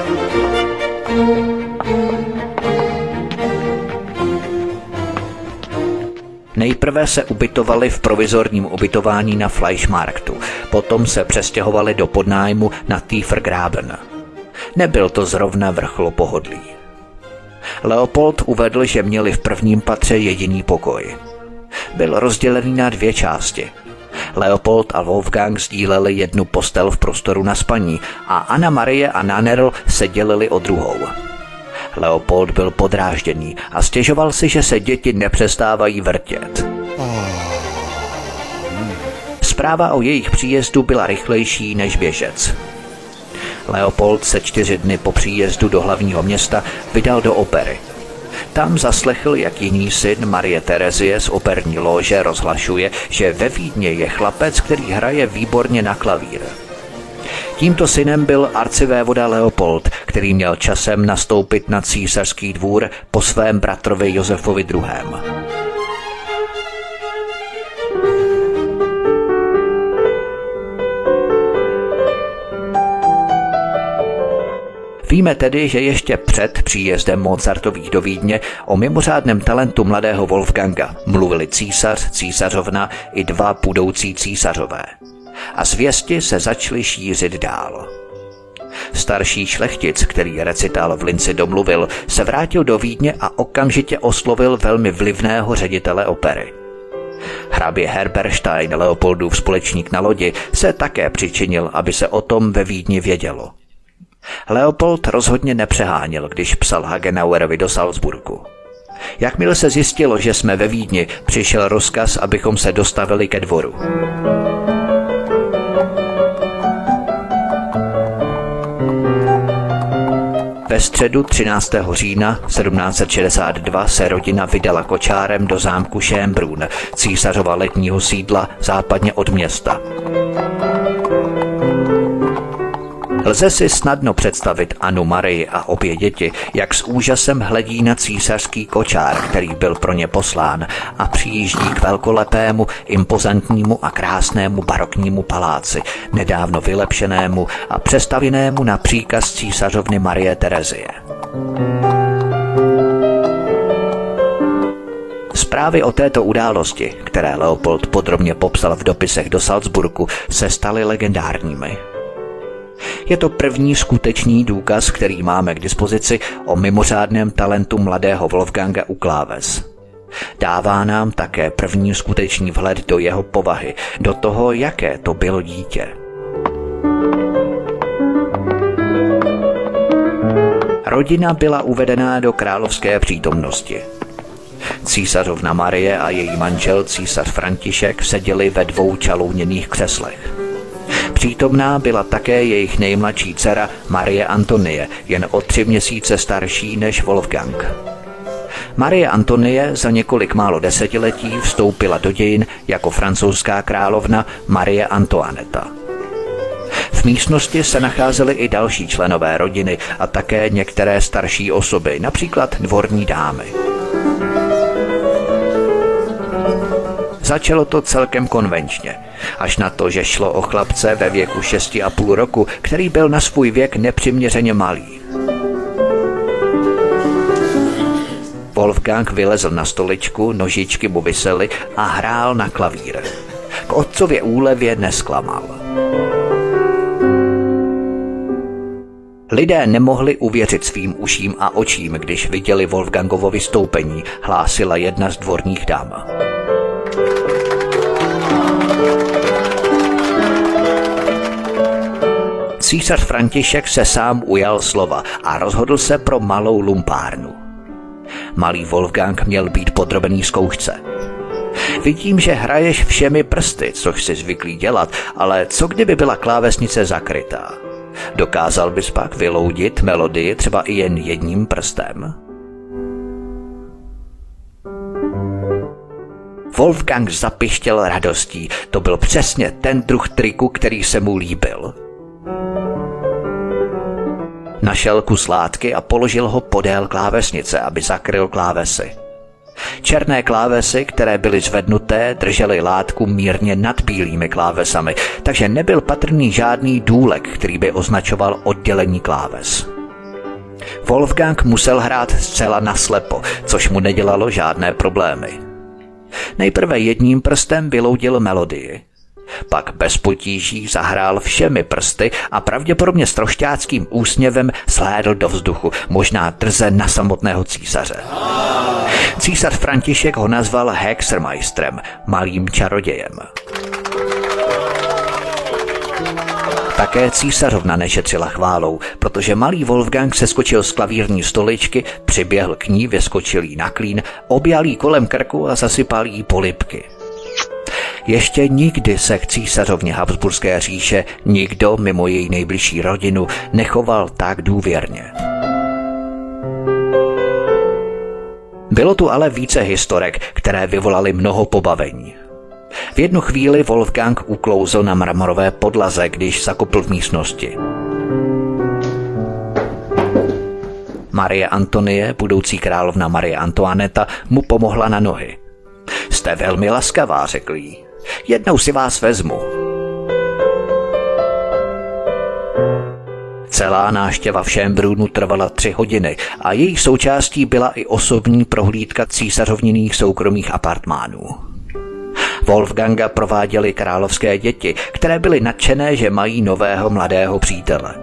Nejprve se ubytovali v provizorním ubytování na Fleischmarktu, potom se přestěhovali do podnájmu na Tiefergraben. Nebyl to zrovna vrchol pohodlí. Leopold uvedl, že měli v prvním patře jediný pokoj. Byl rozdělený na dvě části. Leopold a Wolfgang sdíleli jednu postel v prostoru na spaní a Anna Marie a Nannerl se dělili o druhou. Leopold byl podrážděný a stěžoval si, že se děti nepřestávají vrtět. Zpráva o jejich příjezdu byla rychlejší než běžec. Leopold se čtyři dny po příjezdu do hlavního města vydal do opery. Tam zaslechl, jak jiný syn Marie Terezie z operní lóže rozhlašuje, že ve Vídni je chlapec, který hraje výborně na klavír. Tímto synem byl arcivévoda Leopold, který měl časem nastoupit na císařský dvůr po svém bratrovi Josefovi druhém. Víme tedy, že ještě před příjezdem Mozartových do Vídně o mimořádném talentu mladého Wolfganga mluvili císař, císařovna i dva budoucí císařové. A zvěsti se začaly šířit dál. Starší šlechtic, který recitál v Linci domluvil, se vrátil do Vídně a okamžitě oslovil velmi vlivného ředitele opery. Hrabě Herberstein, Leopoldův společník na lodi, se také přičinil, aby se o tom ve Vídni vědělo. Leopold rozhodně nepřeháněl, když psal Hagenauerovi do Salzburgu. Jakmile se zjistilo, že jsme ve Vídni, přišel rozkaz, abychom se dostavili ke dvoru. středu třináctého října sedmnáct set šedesát dva se rodina vydala kočárem do zámku Schönbrunn, císařova letního sídla západně od města. Lze si snadno představit Annu Marii a obě děti, jak s úžasem hledí na císařský kočár, který byl pro ně poslán, a přijíždí k velkolepému, impozantnímu a krásnému baroknímu paláci, nedávno vylepšenému a přestavěnému na příkaz císařovny Marie Terezie. Zprávy o této události, které Leopold podrobně popsal v dopisech do Salzburgu, se staly legendárními. Je to první skutečný důkaz, který máme k dispozici o mimořádném talentu mladého Wolfganga u kláves. Dává nám také první skutečný vhled do jeho povahy, do toho, jaké to bylo dítě. Rodina byla uvedená do královské přítomnosti. Císařovna Marie a její manžel císař František seděli ve dvou čalouněných křeslech. Přítomná byla také jejich nejmladší dcera Marie Antonie, jen o tři měsíce starší než Wolfgang. Marie Antonie za několik málo desetiletí vstoupila do dějin jako francouzská královna Marie Antoinetta. V místnosti se nacházely i další členové rodiny a také některé starší osoby, například dvorní dámy. Začalo to celkem konvenčně, až na to, že šlo o chlapce ve věku šesti a půl roku, který byl na svůj věk nepřiměřeně malý. Wolfgang vylezl na stoličku, nožičky mu visely a hrál na klavír. K otcově úlevě nesklamal. Lidé nemohli uvěřit svým uším a očím, když viděli Wolfgangovo vystoupení, hlásila jedna z dvorních dam. Císař František se sám ujal slova a rozhodl se pro malou lumpárnu. Malý Wolfgang měl být podrobený zkoušce. Vidím, že hraješ všemi prsty, což jsi zvyklý dělat, ale co kdyby byla klávesnice zakrytá? Dokázal bys pak vyloudit melodii třeba i jen jedním prstem? Wolfgang zapištěl radostí. To byl přesně ten druh triku, který se mu líbil. Našel kus látky a položil ho podél klávesnice, aby zakryl klávesy. Černé klávesy, které byly zvednuté, držely látku mírně nad bílými klávesami, takže nebyl patrný žádný důlek, který by označoval oddělení kláves. Wolfgang musel hrát zcela naslepo, což mu nedělalo žádné problémy. Nejprve jedním prstem vyloudil melodii. Pak bez potíží zahrál všemi prsty a pravděpodobně s trošťáckým úsměvem shlédl do vzduchu, možná drze na samotného císaře. Císař František ho nazval Hexermeisterem, malým čarodějem. Také císařovna nešetřila chválou, protože malý Wolfgang seskočil z klavírní stoličky, přiběhl k ní, vyskočil jí na klín, objal jí kolem krku a zasypal jí polibky. Ještě nikdy se k císařovně Habsburské říše nikdo mimo její nejbližší rodinu nechoval tak důvěrně. Bylo tu ale více historek, které vyvolaly mnoho pobavení. V jednu chvíli Wolfgang uklouzl na mramorové podlaze, když zakopl v místnosti. Marie Antonie, budoucí královna Marie Antoinetta, mu pomohla na nohy. Jste velmi laskavá, řekl jí. Jednou si vás vezmu. Celá návštěva v Schönbrunnu trvala tři hodiny a její součástí byla i osobní prohlídka císařovněných soukromých apartmánů. Wolfganga prováděly královské děti, které byly nadšené, že mají nového mladého přítele.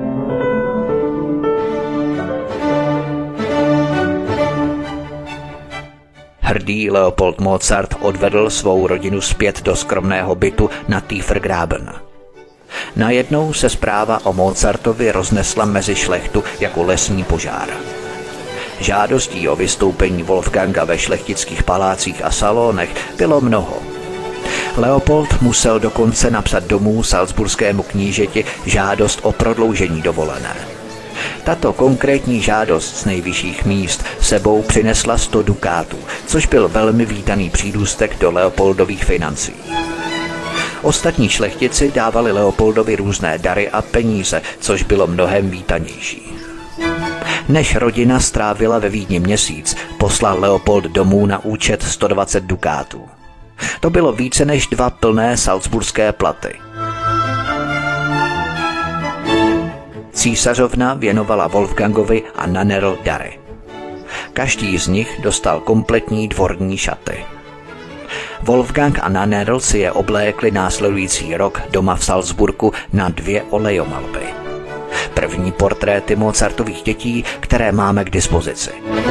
Hrdý Leopold Mozart odvedl svou rodinu zpět do skromného bytu na Tiefengraben. Najednou se zpráva o Mozartovi roznesla mezi šlechtu jako lesní požár. Žádostí o vystoupení Wolfganga ve šlechtických palácích a salonech bylo mnoho. Leopold musel dokonce napsat domů salzburskému knížeti žádost o prodloužení dovolené. Tato konkrétní žádost z nejvyšších míst sebou přinesla sto dukátů, což byl velmi vítaný přírůstek do Leopoldových financí. Ostatní šlechtici dávali Leopoldovi různé dary a peníze, což bylo mnohem vítanější. Než rodina strávila ve Vídni měsíc, poslal Leopold domů na účet sto dvacet dukátů. To bylo více než dva plné salcburské platy. Císařovna věnovala Wolfgangovi a na Nerl dary. Každý z nich dostal kompletní dvorní šaty. Wolfgang a Nannerl si je oblékli následující rok doma v Salzburgu na dvě olejomalby. První portréty Mozartových dětí, které máme k dispozici.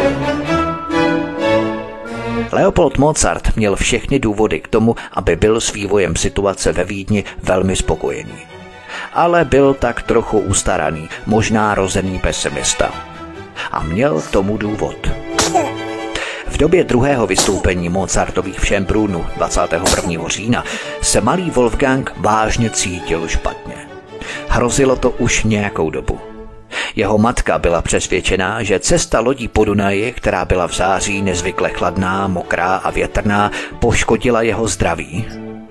Leopold Mozart měl všechny důvody k tomu, aby byl s vývojem situace ve Vídni velmi spokojený. Ale byl tak trochu ustaraný, možná rozený pesimista. A měl tomu důvod. V době druhého vystoupení Mozartových v Schönbrunnu dvacátého prvního října se malý Wolfgang vážně cítil špatně. Hrozilo to už nějakou dobu. Jeho matka byla přesvědčená, že cesta lodí po Dunaji, která byla v září nezvykle chladná, mokrá a větrná, poškodila jeho zdraví.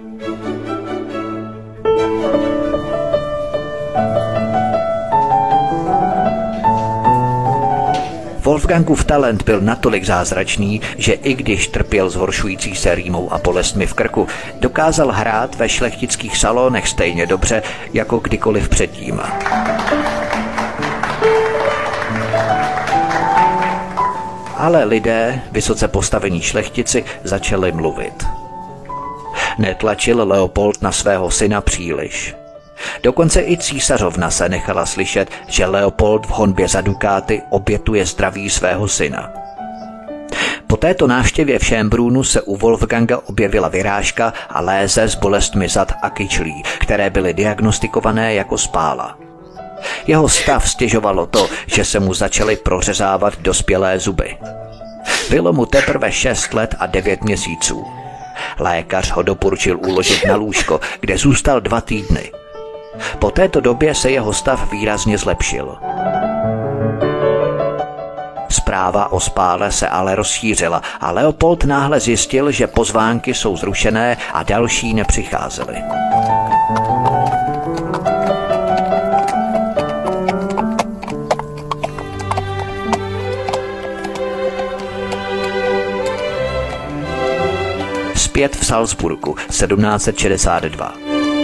Wolfgangův talent byl natolik zázračný, že i když trpěl zhoršující se rýmou a bolestmi v krku, dokázal hrát ve šlechtických salonech stejně dobře jako kdykoliv předtím. Ale lidé, vysoce postavení šlechtici, začali mluvit. Netlačil Leopold na svého syna příliš. Dokonce i císařovna se nechala slyšet, že Leopold v honbě za dukáty obětuje zdraví svého syna. Po této návštěvě v Schönbrunnu se u Wolfganga objevila vyrážka a léze s bolestmi zad a kyčlí, které byly diagnostikované jako spála. Jeho stav stěžovalo to, že se mu začaly prořezávat dospělé zuby. Bylo mu teprve šest let a devět měsíců. Lékař ho doporučil uložit na lůžko, kde zůstal dva týdny. Po této době se jeho stav výrazně zlepšil. Zpráva o spále se ale rozšířila a Leopold náhle zjistil, že pozvánky jsou zrušené a další nepřicházely. Zpět v Salzburgu sedmnáct set šedesát dva.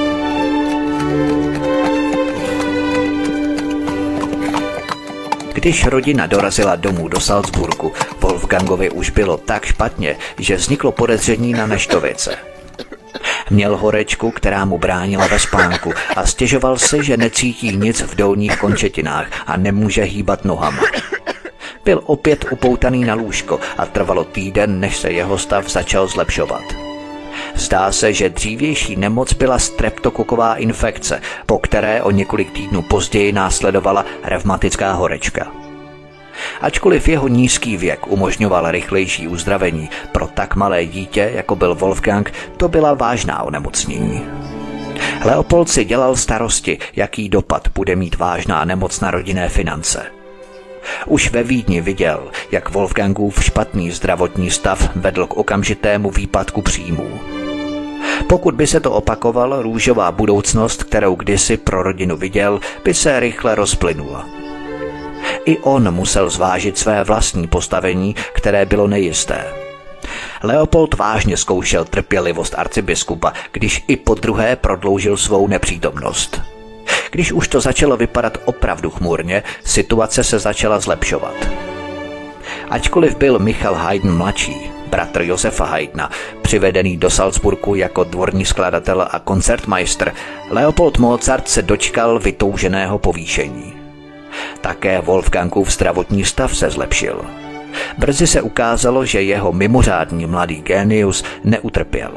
Když rodina dorazila domů do Salzburgu, Wolfgangovi už bylo tak špatně, že vzniklo podezření na neštovice. Měl horečku, která mu bránila ve spánku a stěžoval si, že necítí nic v dolních končetinách a nemůže hýbat nohama. Byl opět upoutaný na lůžko a trvalo týden, než se jeho stav začal zlepšovat. Zdá se, že dřívější nemoc byla streptokoková infekce, po které o několik týdnů později následovala revmatická horečka. Ačkoliv jeho nízký věk umožňoval rychlejší uzdravení, pro tak malé dítě, jako byl Wolfgang, to byla vážná onemocnění. Leopold si dělal starosti, jaký dopad bude mít vážná nemoc na rodinné finance. Už ve Vídni viděl, jak Wolfgangův špatný zdravotní stav vedl k okamžitému výpadku příjmů. Pokud by se to opakovalo, růžová budoucnost, kterou kdysi pro rodinu viděl, by se rychle rozplynula. I on musel zvážit své vlastní postavení, které bylo nejisté. Leopold vážně zkoušel trpělivost arcibiskupa, když i podruhé prodloužil svou nepřítomnost. Když už to začalo vypadat opravdu chmurně, situace se začala zlepšovat. Ačkoliv byl Michal Haydn mladší, bratr Josefa Haydna, přivedený do Salzburgu jako dvorní skladatel a koncertmeister, Leopold Mozart se dočkal vytouženého povýšení. Také Wolfgangův zdravotní stav se zlepšil. Brzy se ukázalo, že jeho mimořádný mladý génius neutrpěl.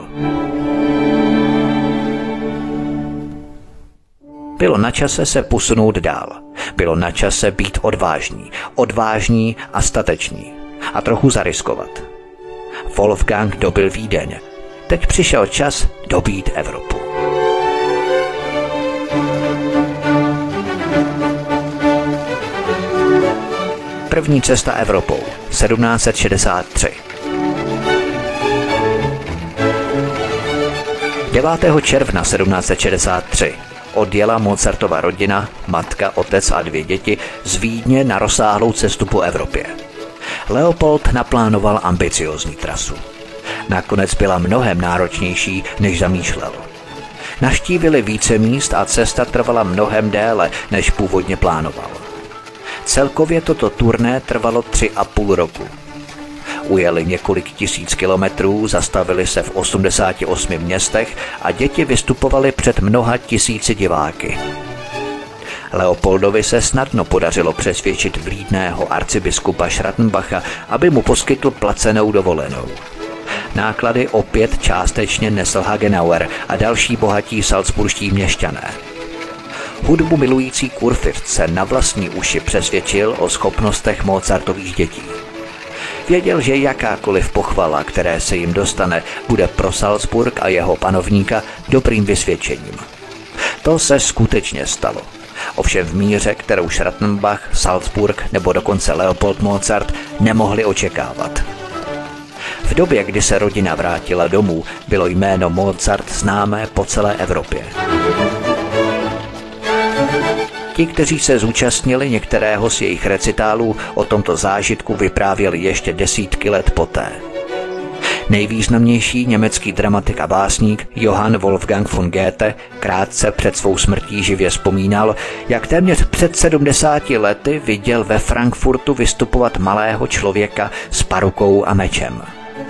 Bylo na čase se posunout dál. Bylo na čase být odvážný, odvážný a statečný. A trochu zariskovat. Wolfgang dobyl Vídeň. Teď přišel čas dobít Evropu. první cesta Evropou, sedmnáct set šedesát tři. devátého června sedmnáct set šedesát tři odjela Mozartova rodina, matka, otec a dvě děti z Vídně na rozsáhlou cestu po Evropě. Leopold naplánoval ambiciózní trasu. Nakonec byla mnohem náročnější, než zamýšlel. Navštívili více míst a cesta trvala mnohem déle, než původně plánoval. Celkově toto turné trvalo tři a půl roku. Ujeli několik tisíc kilometrů, zastavili se v osmdesáti osmi městech a děti vystupovaly před mnoha tisíci diváky. Leopoldovi se snadno podařilo přesvědčit vlídného arcibiskupa Schrattenbacha, aby mu poskytl placenou dovolenou. Náklady opět částečně nesl Hagenauer a další bohatí salcburští měšťané. Hudbu milující kurfiřt se na vlastní uši přesvědčil o schopnostech Mozartových dětí. Věděl, že jakákoliv pochvala, které se jim dostane, bude pro Salzburg a jeho panovníka dobrým vysvědčením. To se skutečně stalo. Ovšem v míře, kterou Schrattenbach, Salzburg nebo dokonce Leopold Mozart nemohli očekávat. V době, kdy se rodina vrátila domů, bylo jméno Mozart známé po celé Evropě. Ti, kteří se zúčastnili některého z jejich recitálů, o tomto zážitku vyprávěli ještě desítky let poté. Nejvýznamnější německý dramatik a básník Johann Wolfgang von Goethe krátce před svou smrtí živě vzpomínal, jak téměř před sedmdesáti lety viděl ve Frankfurtu vystupovat malého člověka s parukou a mečem.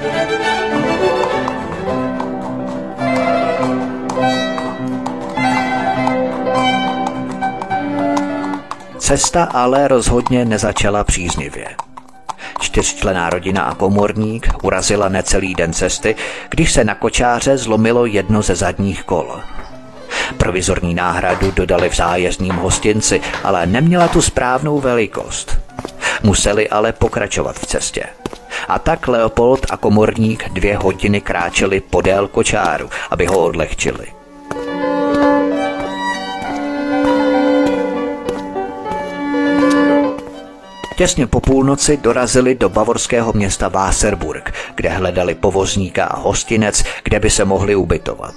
Cesta ale rozhodně nezačala příznivě. Čtyřčlenná rodina a komorník urazila necelý den cesty, když se na kočáře zlomilo jedno ze zadních kol. Provizorní náhradu dodali v zájezdním hostinci, ale neměla tu správnou velikost. Museli ale pokračovat v cestě. A tak Leopold a komorník dvě hodiny kráčeli podél kočáru, aby ho odlehčili. Těsně po půlnoci dorazili do bavorského města Wasserburg, kde hledali povozníka a hostinec, kde by se mohli ubytovat.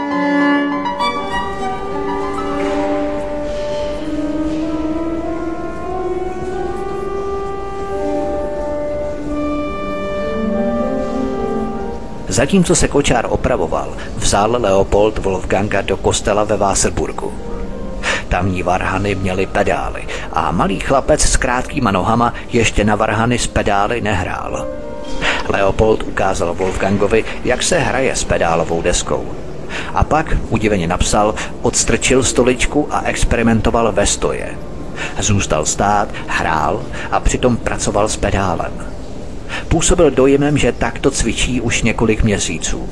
Zatímco se kočár opravoval, vzal Leopold Wolfganga do kostela ve Wasserburgu. Tamní varhany měly pedály a malý chlapec s krátkýma nohama ještě na varhany s pedály nehrál. Leopold ukázal Wolfgangovi, jak se hraje s pedálovou deskou. A pak udiveně napsal, odstrčil stoličku a experimentoval ve stoje. Zůstal stát, hrál a přitom pracoval s pedálem. Působil dojemem, že takto cvičí už několik měsíců.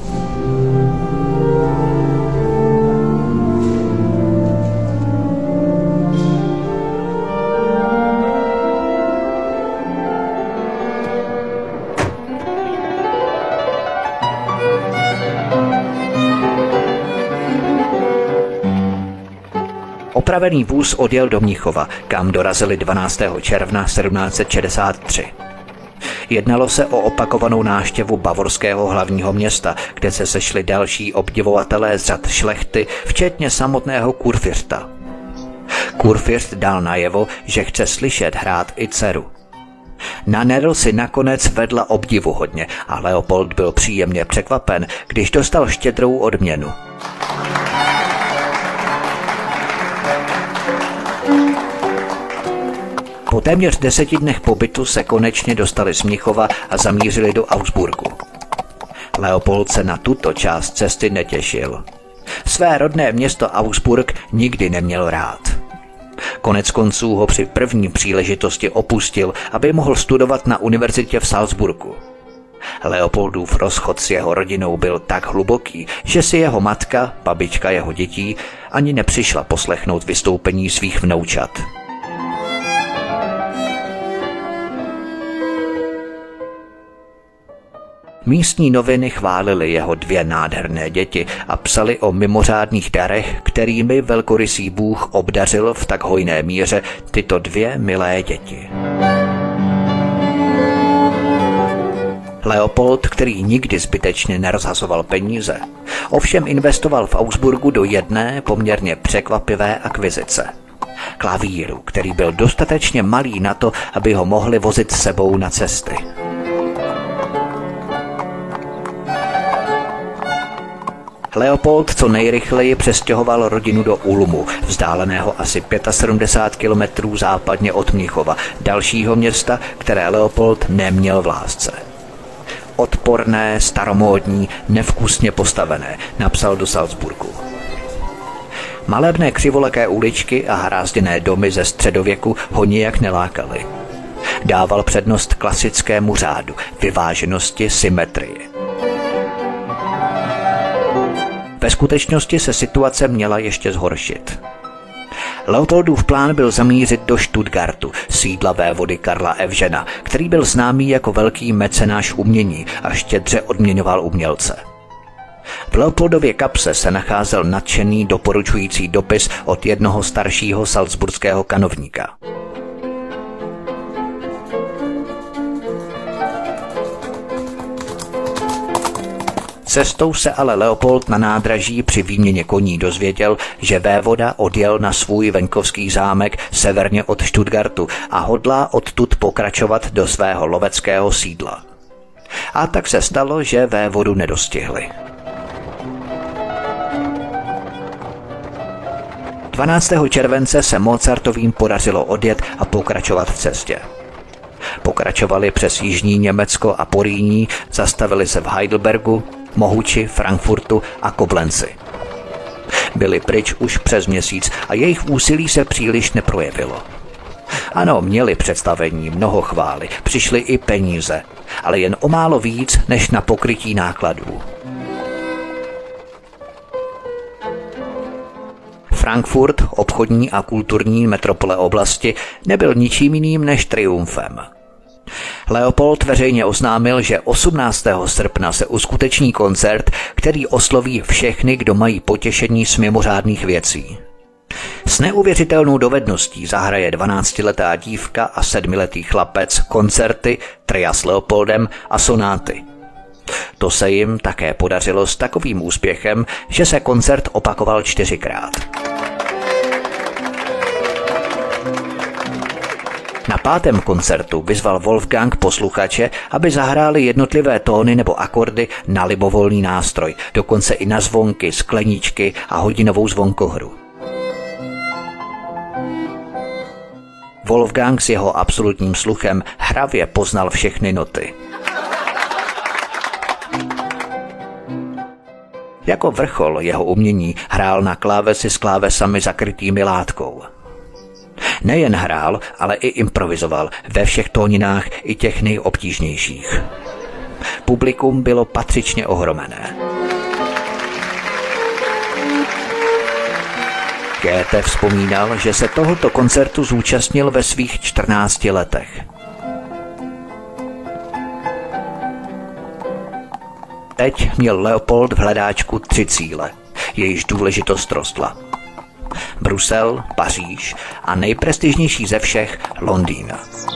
Opravený vůz odjel do Mnichova, kam dorazili dvanáctého června sedmnáct set šedesát tři. Jednalo se o opakovanou návštěvu bavorského hlavního města, kde se sešli další obdivovatelé z řad šlechty, včetně samotného kurfiřta. Kurfiřt dal najevo, že chce slyšet hrát i dceru. Na Nerl si nakonec vedla obdivuhodně a Leopold byl příjemně překvapen, když dostal štědrou odměnu. Po téměř deseti dnech pobytu se konečně dostali z Mnichova a zamířili do Augsburgu. Leopold se na tuto část cesty netěšil. Své rodné město Augsburg nikdy neměl rád. Konec konců ho při první příležitosti opustil, aby mohl studovat na univerzitě v Salzburgu. Leopoldův rozchod s jeho rodinou byl tak hluboký, že si jeho matka, babička jeho dětí, ani nepřišla poslechnout vystoupení svých vnoučat. Místní noviny chválily jeho dvě nádherné děti a psali o mimořádných darech, kterými velkorysý Bůh obdařil v tak hojné míře tyto dvě milé děti. Leopold, který nikdy zbytečně nerozhazoval peníze, ovšem investoval v Augsburgu do jedné poměrně překvapivé akvizice. Klavíru, který byl dostatečně malý na to, aby ho mohli vozit s sebou na cesty. Leopold co nejrychleji přestěhoval rodinu do Ulmu, vzdáleného asi sedmdesát pět kilometrů západně od Mnichova, dalšího města, které Leopold neměl v lásce. Odporné, staromódní, nevkusně postavené, napsal do Salzburgu. Malebné křivoleké uličky a hrázděné domy ze středověku ho nijak nelákaly. Dával přednost klasickému řádu, vyváženosti, symetrii. Ve skutečnosti se situace měla ještě zhoršit. Leopoldův plán byl zamířit do Stuttgartu, sídla vévody Karla Evžena, který byl známý jako velký mecenáš umění a štědře odměňoval umělce. V Leopoldově kapse se nacházel nadšený doporučující dopis od jednoho staršího salzburského kanovníka. Cestou se ale Leopold na nádraží při výměně koní dozvěděl, že vévoda odjel na svůj venkovský zámek severně od Stuttgartu a hodlá odtud pokračovat do svého loveckého sídla. A tak se stalo, že vévodu nedostihli. dvanáctého července se Mozartovým podařilo odjet a pokračovat v cestě. Pokračovali přes jižní Německo a Porýní, zastavili se v Heidelbergu, Mohuči, Frankfurtu a Koblenci. Byli pryč už přes měsíc a jejich úsilí se příliš neprojevilo. Ano, měli představení, mnoho chvály, přišly i peníze, ale jen o málo víc než na pokrytí nákladů. Frankfurt, obchodní a kulturní metropole oblasti, nebyl ničím jiným než triumfem. Leopold veřejně oznámil, že osmnáctého srpna se uskuteční koncert, který osloví všechny, kdo mají potěšení z mimořádných věcí. S neuvěřitelnou dovedností zahraje dvanáctiletá dívka a sedmiletý chlapec koncerty, tria s Leopoldem a sonáty. To se jim také podařilo s takovým úspěchem, že se koncert opakoval čtyřikrát. Na pátém koncertu vyzval Wolfgang posluchače, aby zahráli jednotlivé tóny nebo akordy na libovolný nástroj, dokonce i na zvonky, skleničky a hodinovou zvonkohru. Wolfgang s jeho absolutním sluchem hravě poznal všechny noty. Jako vrchol jeho umění hrál na klávesi s klávesami zakrytými látkou. Nejen hrál, ale i improvizoval ve všech tóninách, i těch nejobtížnějších. Publikum bylo patřičně ohromené. Goethe vzpomínal, že se tohoto koncertu zúčastnil ve svých čtrnácti letech. Teď měl Leopold v hledáčku tři cíle, jejichž důležitost rostla. Brusel, Paříž a nejprestižnější ze všech Londýn.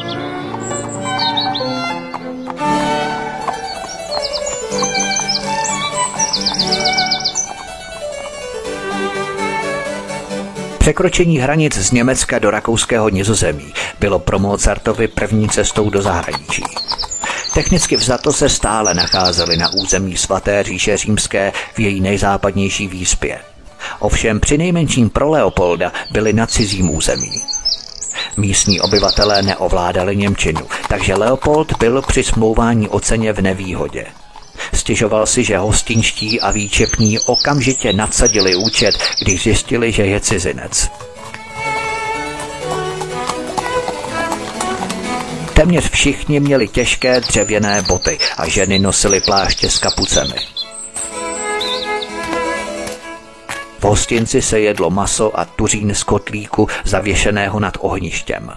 Překročení hranic z Německa do rakouského Nizozemí bylo pro Mozartovi první cestou do zahraničí. Technicky vzato se stále nacházeli na území svaté říše římské v její nejzápadnější výspě. Ovšem přinejmenším pro Leopolda byli na cizím území. Místní obyvatelé neovládali němčinu, takže Leopold byl při smlouvání o ceně v nevýhodě. Stěžoval si, že hostinští a výčepní okamžitě nadsadili účet, když zjistili, že je cizinec. Téměř všichni měli těžké dřevěné boty a ženy nosily pláště s kapucemi. V hostinci se jedlo maso a tuřín z kotlíku zavěšeného nad ohništěm.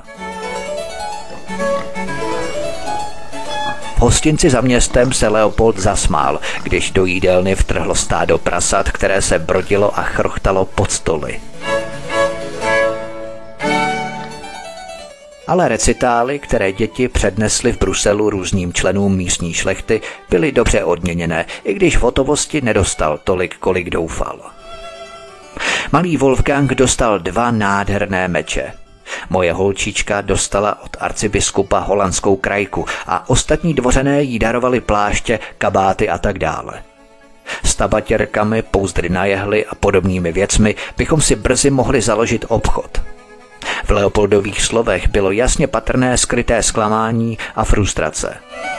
V hostinci za městem se Leopold zasmál, když do jídelny vtrhlo stádo prasat, které se brodilo a chrochtalo pod stoly. Ale recitály, které děti přednesly v Bruselu různým členům místní šlechty, byly dobře odměněné, i když v hotovosti nedostal tolik, kolik doufal. Malý Wolfgang dostal dva nádherné meče. Moje holčička dostala od arcibiskupa holandskou krajku a ostatní dvořané jí darovali pláště, kabáty a tak dále. S tabatěrkami, pouzdry na jehly a podobnými věcmi bychom si brzy mohli založit obchod. V Leopoldových slovech bylo jasně patrné skryté zklamání a frustrace.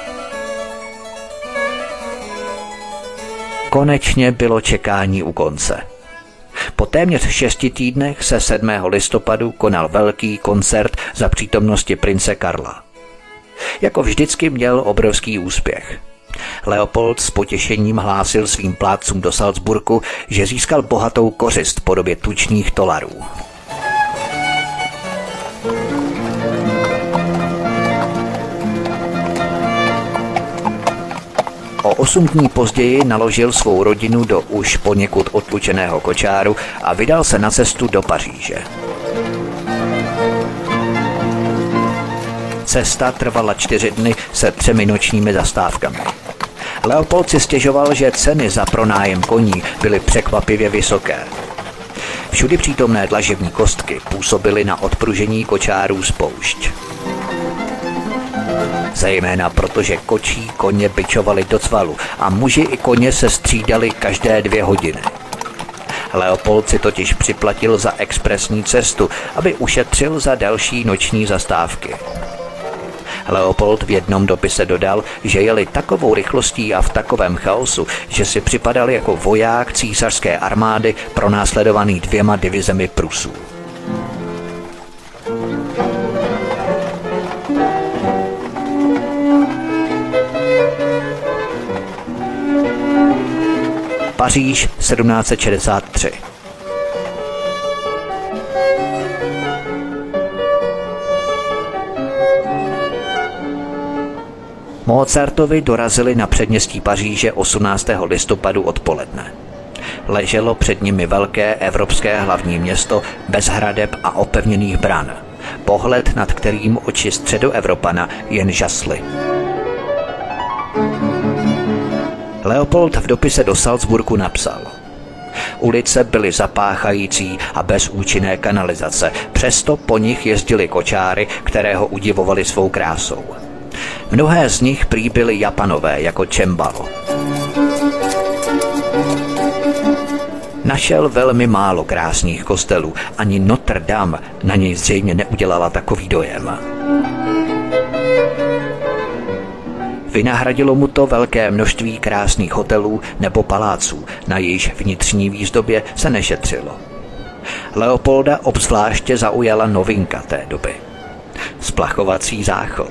Konečně bylo čekání u konce. Po téměř šesti týdnech se sedmého listopadu konal velký koncert za přítomnosti prince Karla. Jako vždycky měl obrovský úspěch. Leopold s potěšením hlásil svým plátcům do Salzburgu, že získal bohatou kořist v podobě tučných tolarů. O osm dní později naložil svou rodinu do už poněkud odlučeného kočáru a vydal se na cestu do Paříže. Cesta trvala čtyři dny se třemi nočními zastávkami. Leopold si stěžoval, že ceny za pronájem koní byly překvapivě vysoké. Všudy přítomné dlažební kostky působily na odpružení kočárů z poušť. Zejména protože kočí koně bičovali do cvalu a muži i koně se střídali každé dvě hodiny. Leopold si totiž připlatil za expresní cestu, aby ušetřil za další noční zastávky. Leopold v jednom dopise dodal, že jeli takovou rychlostí a v takovém chaosu, že si připadal jako voják císařské armády pronásledovaný dvěma divizemi Prusů. Paříž sedmnáct set šedesát tři. Mozartovi dorazili na předměstí Paříže osmnáctého listopadu odpoledne. Leželo před nimi velké evropské hlavní město bez hradeb a opevněných bran, pohled nad kterým oči Středoevropana jen žasly. Leopold v dopise do Salzburgu napsal: Ulice byly zapáchající a bez účinné kanalizace, přesto po nich jezdili kočáry, které ho udivovali svou krásou. Mnohé z nich prý byly Japanové jako Cembalo. Našel velmi málo krásných kostelů, ani Notre Dame na něj zřejmě neudělala takový dojem. Vynahradilo mu to velké množství krásných hotelů nebo paláců, na jejichž vnitřní výzdobě se nešetřilo. Leopolda obzvláště zaujala novinka té doby. Splachovací záchod.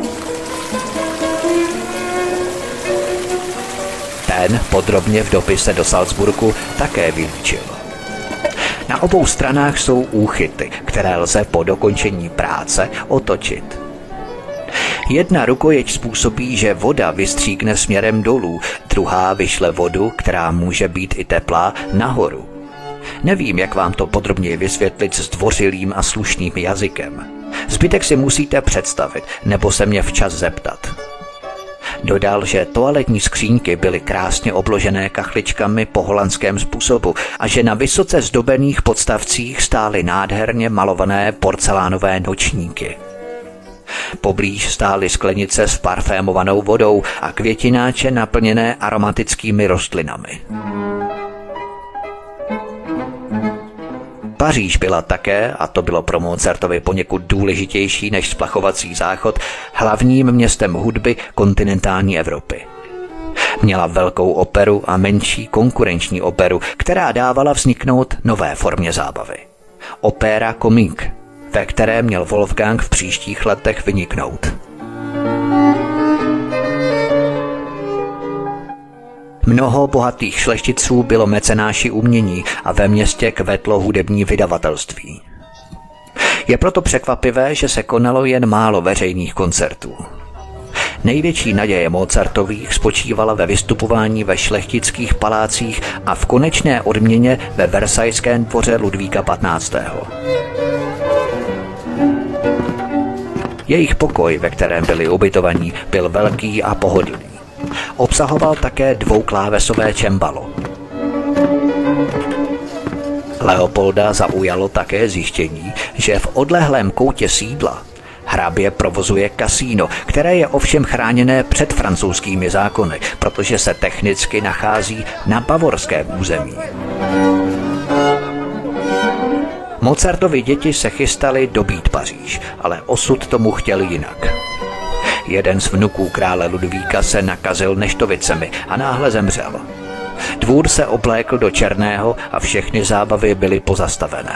Ten podrobně v dopise do Salzburgu také vylíčil. Na obou stranách jsou úchyty, které lze po dokončení práce otočit. Jedna rukojeť způsobí, že voda vystříkne směrem dolů, druhá vyšle vodu, která může být i teplá, nahoru. Nevím, jak vám to podrobněji vysvětlit zdvořilým a slušným jazykem. Zbytek si musíte představit, nebo se mě včas zeptat. Dodal, že toaletní skřínky byly krásně obložené kachličkami po holandském způsobu a že na vysoce zdobených podstavcích stály nádherně malované porcelánové nočníky. Poblíž stály sklenice s parfémovanou vodou a květináče naplněné aromatickými rostlinami. Paříž byla také, a to bylo pro Mozartovi poněkud důležitější než splachovací záchod, hlavním městem hudby kontinentální Evropy. Měla velkou operu a menší konkurenční operu, která dávala vzniknout nové formě zábavy. Opéra comique, ve které měl Wolfgang v příštích letech vyniknout. Mnoho bohatých šlechticů bylo mecenáši umění a ve městě kvetlo hudební vydavatelství. Je proto překvapivé, že se konalo jen málo veřejných koncertů. Největší naděje Mozartových spočívala ve vystupování ve šlechtických palácích a v konečné odměně ve Versajském dvoře Ludvíka patnáctého. Jejich pokoj, ve kterém byli ubytovaní, byl velký a pohodlný. Obsahoval také dvouklávesové cembalo. Leopolda zaujalo také zjištění, že v odlehlém koutě sídla hrabě provozuje kasíno, které je ovšem chráněné před francouzskými zákony, protože se technicky nachází na bavorském území. Mozartovi děti se chystali dobít Paříž, ale osud tomu chtěl jinak. Jeden z vnuků krále Ludvíka se nakazil neštovicemi a náhle zemřel. Dvůr se oblékl do černého a všechny zábavy byly pozastavené.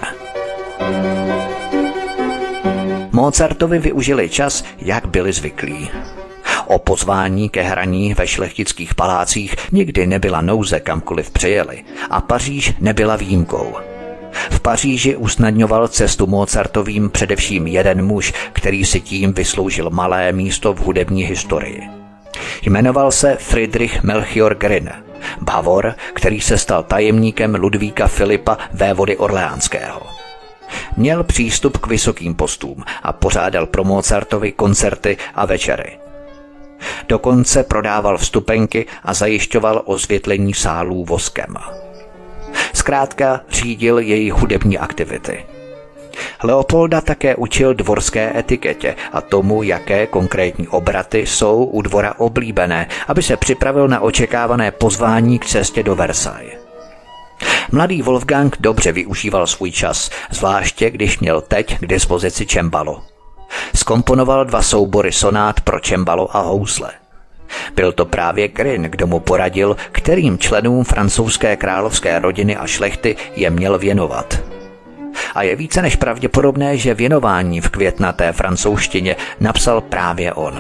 Mozartovi využili čas, jak byli zvyklí. O pozvání ke hraní ve šlechtických palácích nikdy nebyla nouze, kamkoliv přijeli, a Paříž nebyla výjimkou. V Paříži usnadňoval cestu Mozartovým především jeden muž, který si tím vysloužil malé místo v hudební historii. Jmenoval se Friedrich Melchior Grimm, Bavor, který se stal tajemníkem Ludvíka Filipa, vévody orleánského. Měl přístup k vysokým postům a pořádal pro Mozartovi koncerty a večery. Dokonce prodával vstupenky a zajišťoval osvětlení sálů voskem. Zkrátka řídil její hudební aktivity. Leopolda také učil dvorské etiketě a tomu, jaké konkrétní obraty jsou u dvora oblíbené, aby se připravil na očekávané pozvání k cestě do Versailles. Mladý Wolfgang dobře využíval svůj čas, zvláště když měl teď k dispozici cembalo. Zkomponoval dva soubory sonát pro cembalo a housle. Byl to právě Grimm, kdo mu poradil, kterým členům francouzské královské rodiny a šlechty je měl věnovat. A je více než pravděpodobné, že věnování v květnaté francouzštině napsal právě on.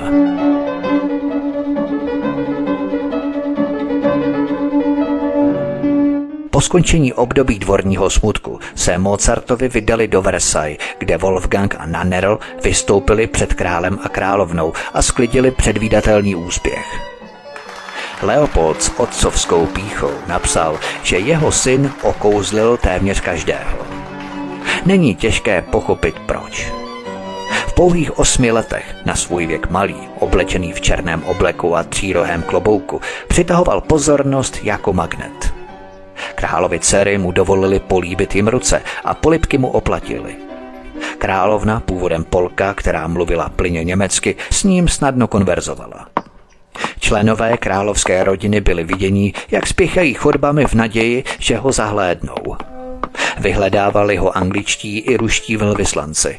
Po skončení období dvorního smutku se Mozartovi vydali do Versailles, kde Wolfgang a Nannerl vystoupili před králem a královnou a sklidili předvídatelný úspěch. Leopold s otcovskou pýchou napsal, že jeho syn okouzlil téměř každého. Není těžké pochopit proč. V pouhých osmi letech, na svůj věk malý, oblečený v černém obleku a třírohém klobouku, přitahoval pozornost jako magnet. Královi dcery mu dovolili políbit jim ruce a polibky mu oplatili. Královna, původem Polka, která mluvila plynně německy, s ním snadno konverzovala. Členové královské rodiny byli vidění, jak spěchají chodbami v naději, že ho zahlédnou. Vyhledávali ho angličtí i ruští velvyslanci.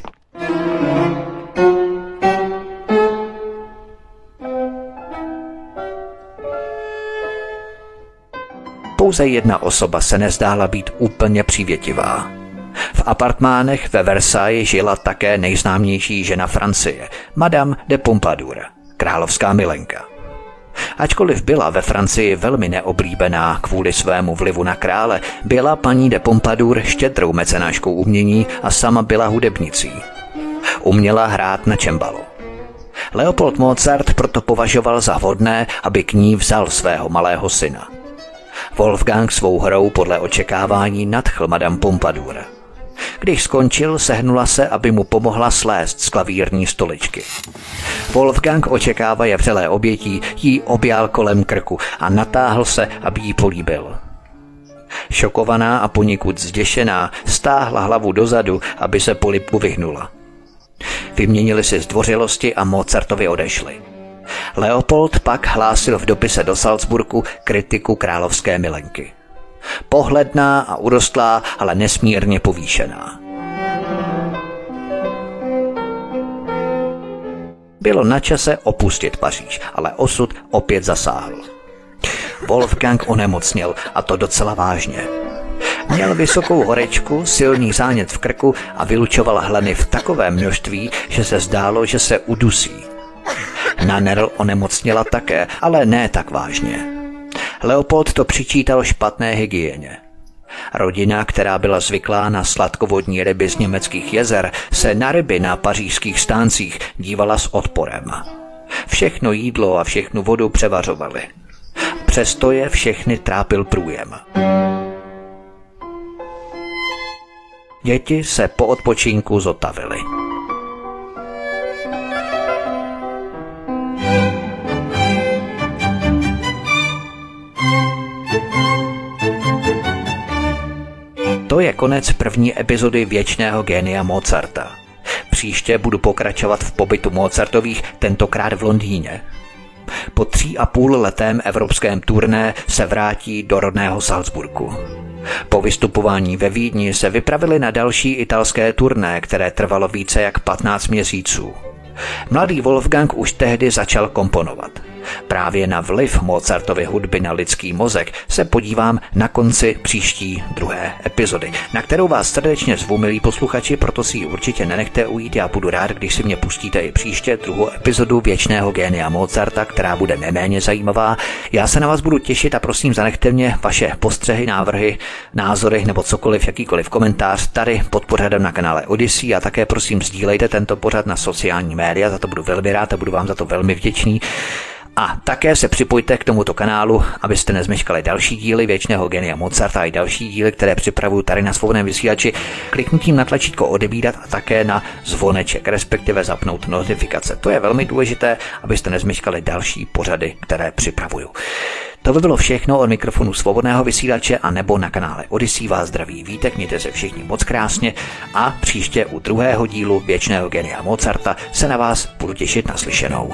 Pouze jedna osoba se nezdála být úplně přívětivá. V apartmánech ve Versailles žila také nejznámější žena Francie, Madame de Pompadour, královská milenka. Ačkoliv byla ve Francii velmi neoblíbená kvůli svému vlivu na krále, byla paní de Pompadour štědrou mecenáškou umění a sama byla hudebnicí. Uměla hrát na cembalo. Leopold Mozart proto považoval za vhodné, aby k ní vzal svého malého syna. Wolfgang svou hrou podle očekávání nadchl Madame Pompadour. Když skončil, sehnula se, aby mu pomohla slézt z klavírní stoličky. Wolfgang očekávaje vřelé obětí jí objal kolem krku a natáhl se, aby jí políbil. Šokovaná a poněkud zděšená stáhla hlavu dozadu, aby se polibku vyhnula. Vyměnili si zdvořilosti a Mozartovi odešli. Leopold pak hlásil v dopise do Salzburgu kritiku královské milenky. Pohledná a urostlá, ale nesmírně povýšená. Bylo na čase opustit Paříž, ale osud opět zasáhl. Wolfgang onemocněl, a to docela vážně. Měl vysokou horečku, silný zánět v krku a vylučoval hleny v takovém množství, že se zdálo, že se udusí. Nannerl onemocněla také, ale ne tak vážně. Leopold to přičítal špatné hygieně. Rodina, která byla zvyklá na sladkovodní ryby z německých jezer, se na ryby na pařížských stáncích dívala s odporem. Všechno jídlo a všechnu vodu převařovali. Přesto je všechny trápil průjem. Děti se po odpočinku zotavily. konec první epizody Věčného génia Mozarta. Příště budu pokračovat v pobytu Mozartových, tentokrát v Londýně. Po tří a půl letém evropském turné se vrátí do rodného Salzburgu. Po vystupování ve Vídni se vypravili na další italské turné, které trvalo více jak patnáct měsíců. Mladý Wolfgang už tehdy začal komponovat. Právě na vliv Mozartovy hudby na lidský mozek se podívám na konci příští druhé epizody, na kterou vás srdečně zvu, milí posluchači, proto si ji určitě nenechte ujít. Já budu rád, když si mě pustíte i příště druhou epizodu Věčného génia Mozarta, která bude neméně zajímavá. Já se na vás budu těšit a prosím, zanechte mě vaše postřehy, návrhy, názory nebo cokoliv, jakýkoliv komentář tady pod pořadem na kanále Odyssey a také prosím sdílejte tento pořad na sociální média, za to budu velmi rád a budu vám za to velmi vděčný. A také se připojte k tomuto kanálu, abyste nezmeškali další díly Věčného génia Mozarta i další díly, které připravuju tady na Svobodném vysílači, kliknutím na tlačítko odebírat a také na zvoneček, respektive zapnout notifikace. To je velmi důležité, abyste nezmeškali další pořady, které připravuju. To by bylo všechno od mikrofonu Svobodného vysílače a nebo na kanále Odyssey vás zdraví Vítek, mějte se všichni moc krásně a příště u druhého dílu Věčného génia Mozarta se na vás budu těšit na slyšenou.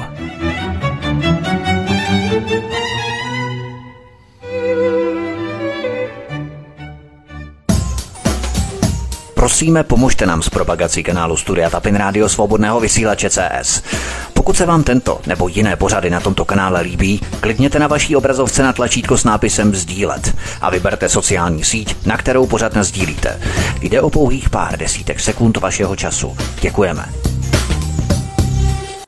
Prosíme, pomožte nám s propagací kanálu Studia Tapin Rádio Svobodného vysílače C S. Pokud se vám tento nebo jiné pořady na tomto kanále líbí, klikněte na vaší obrazovce na tlačítko s nápisem sdílet a vyberte sociální síť, na kterou pořad nasdílíte. Jde o pouhých pár desítek sekund vašeho času. Děkujeme.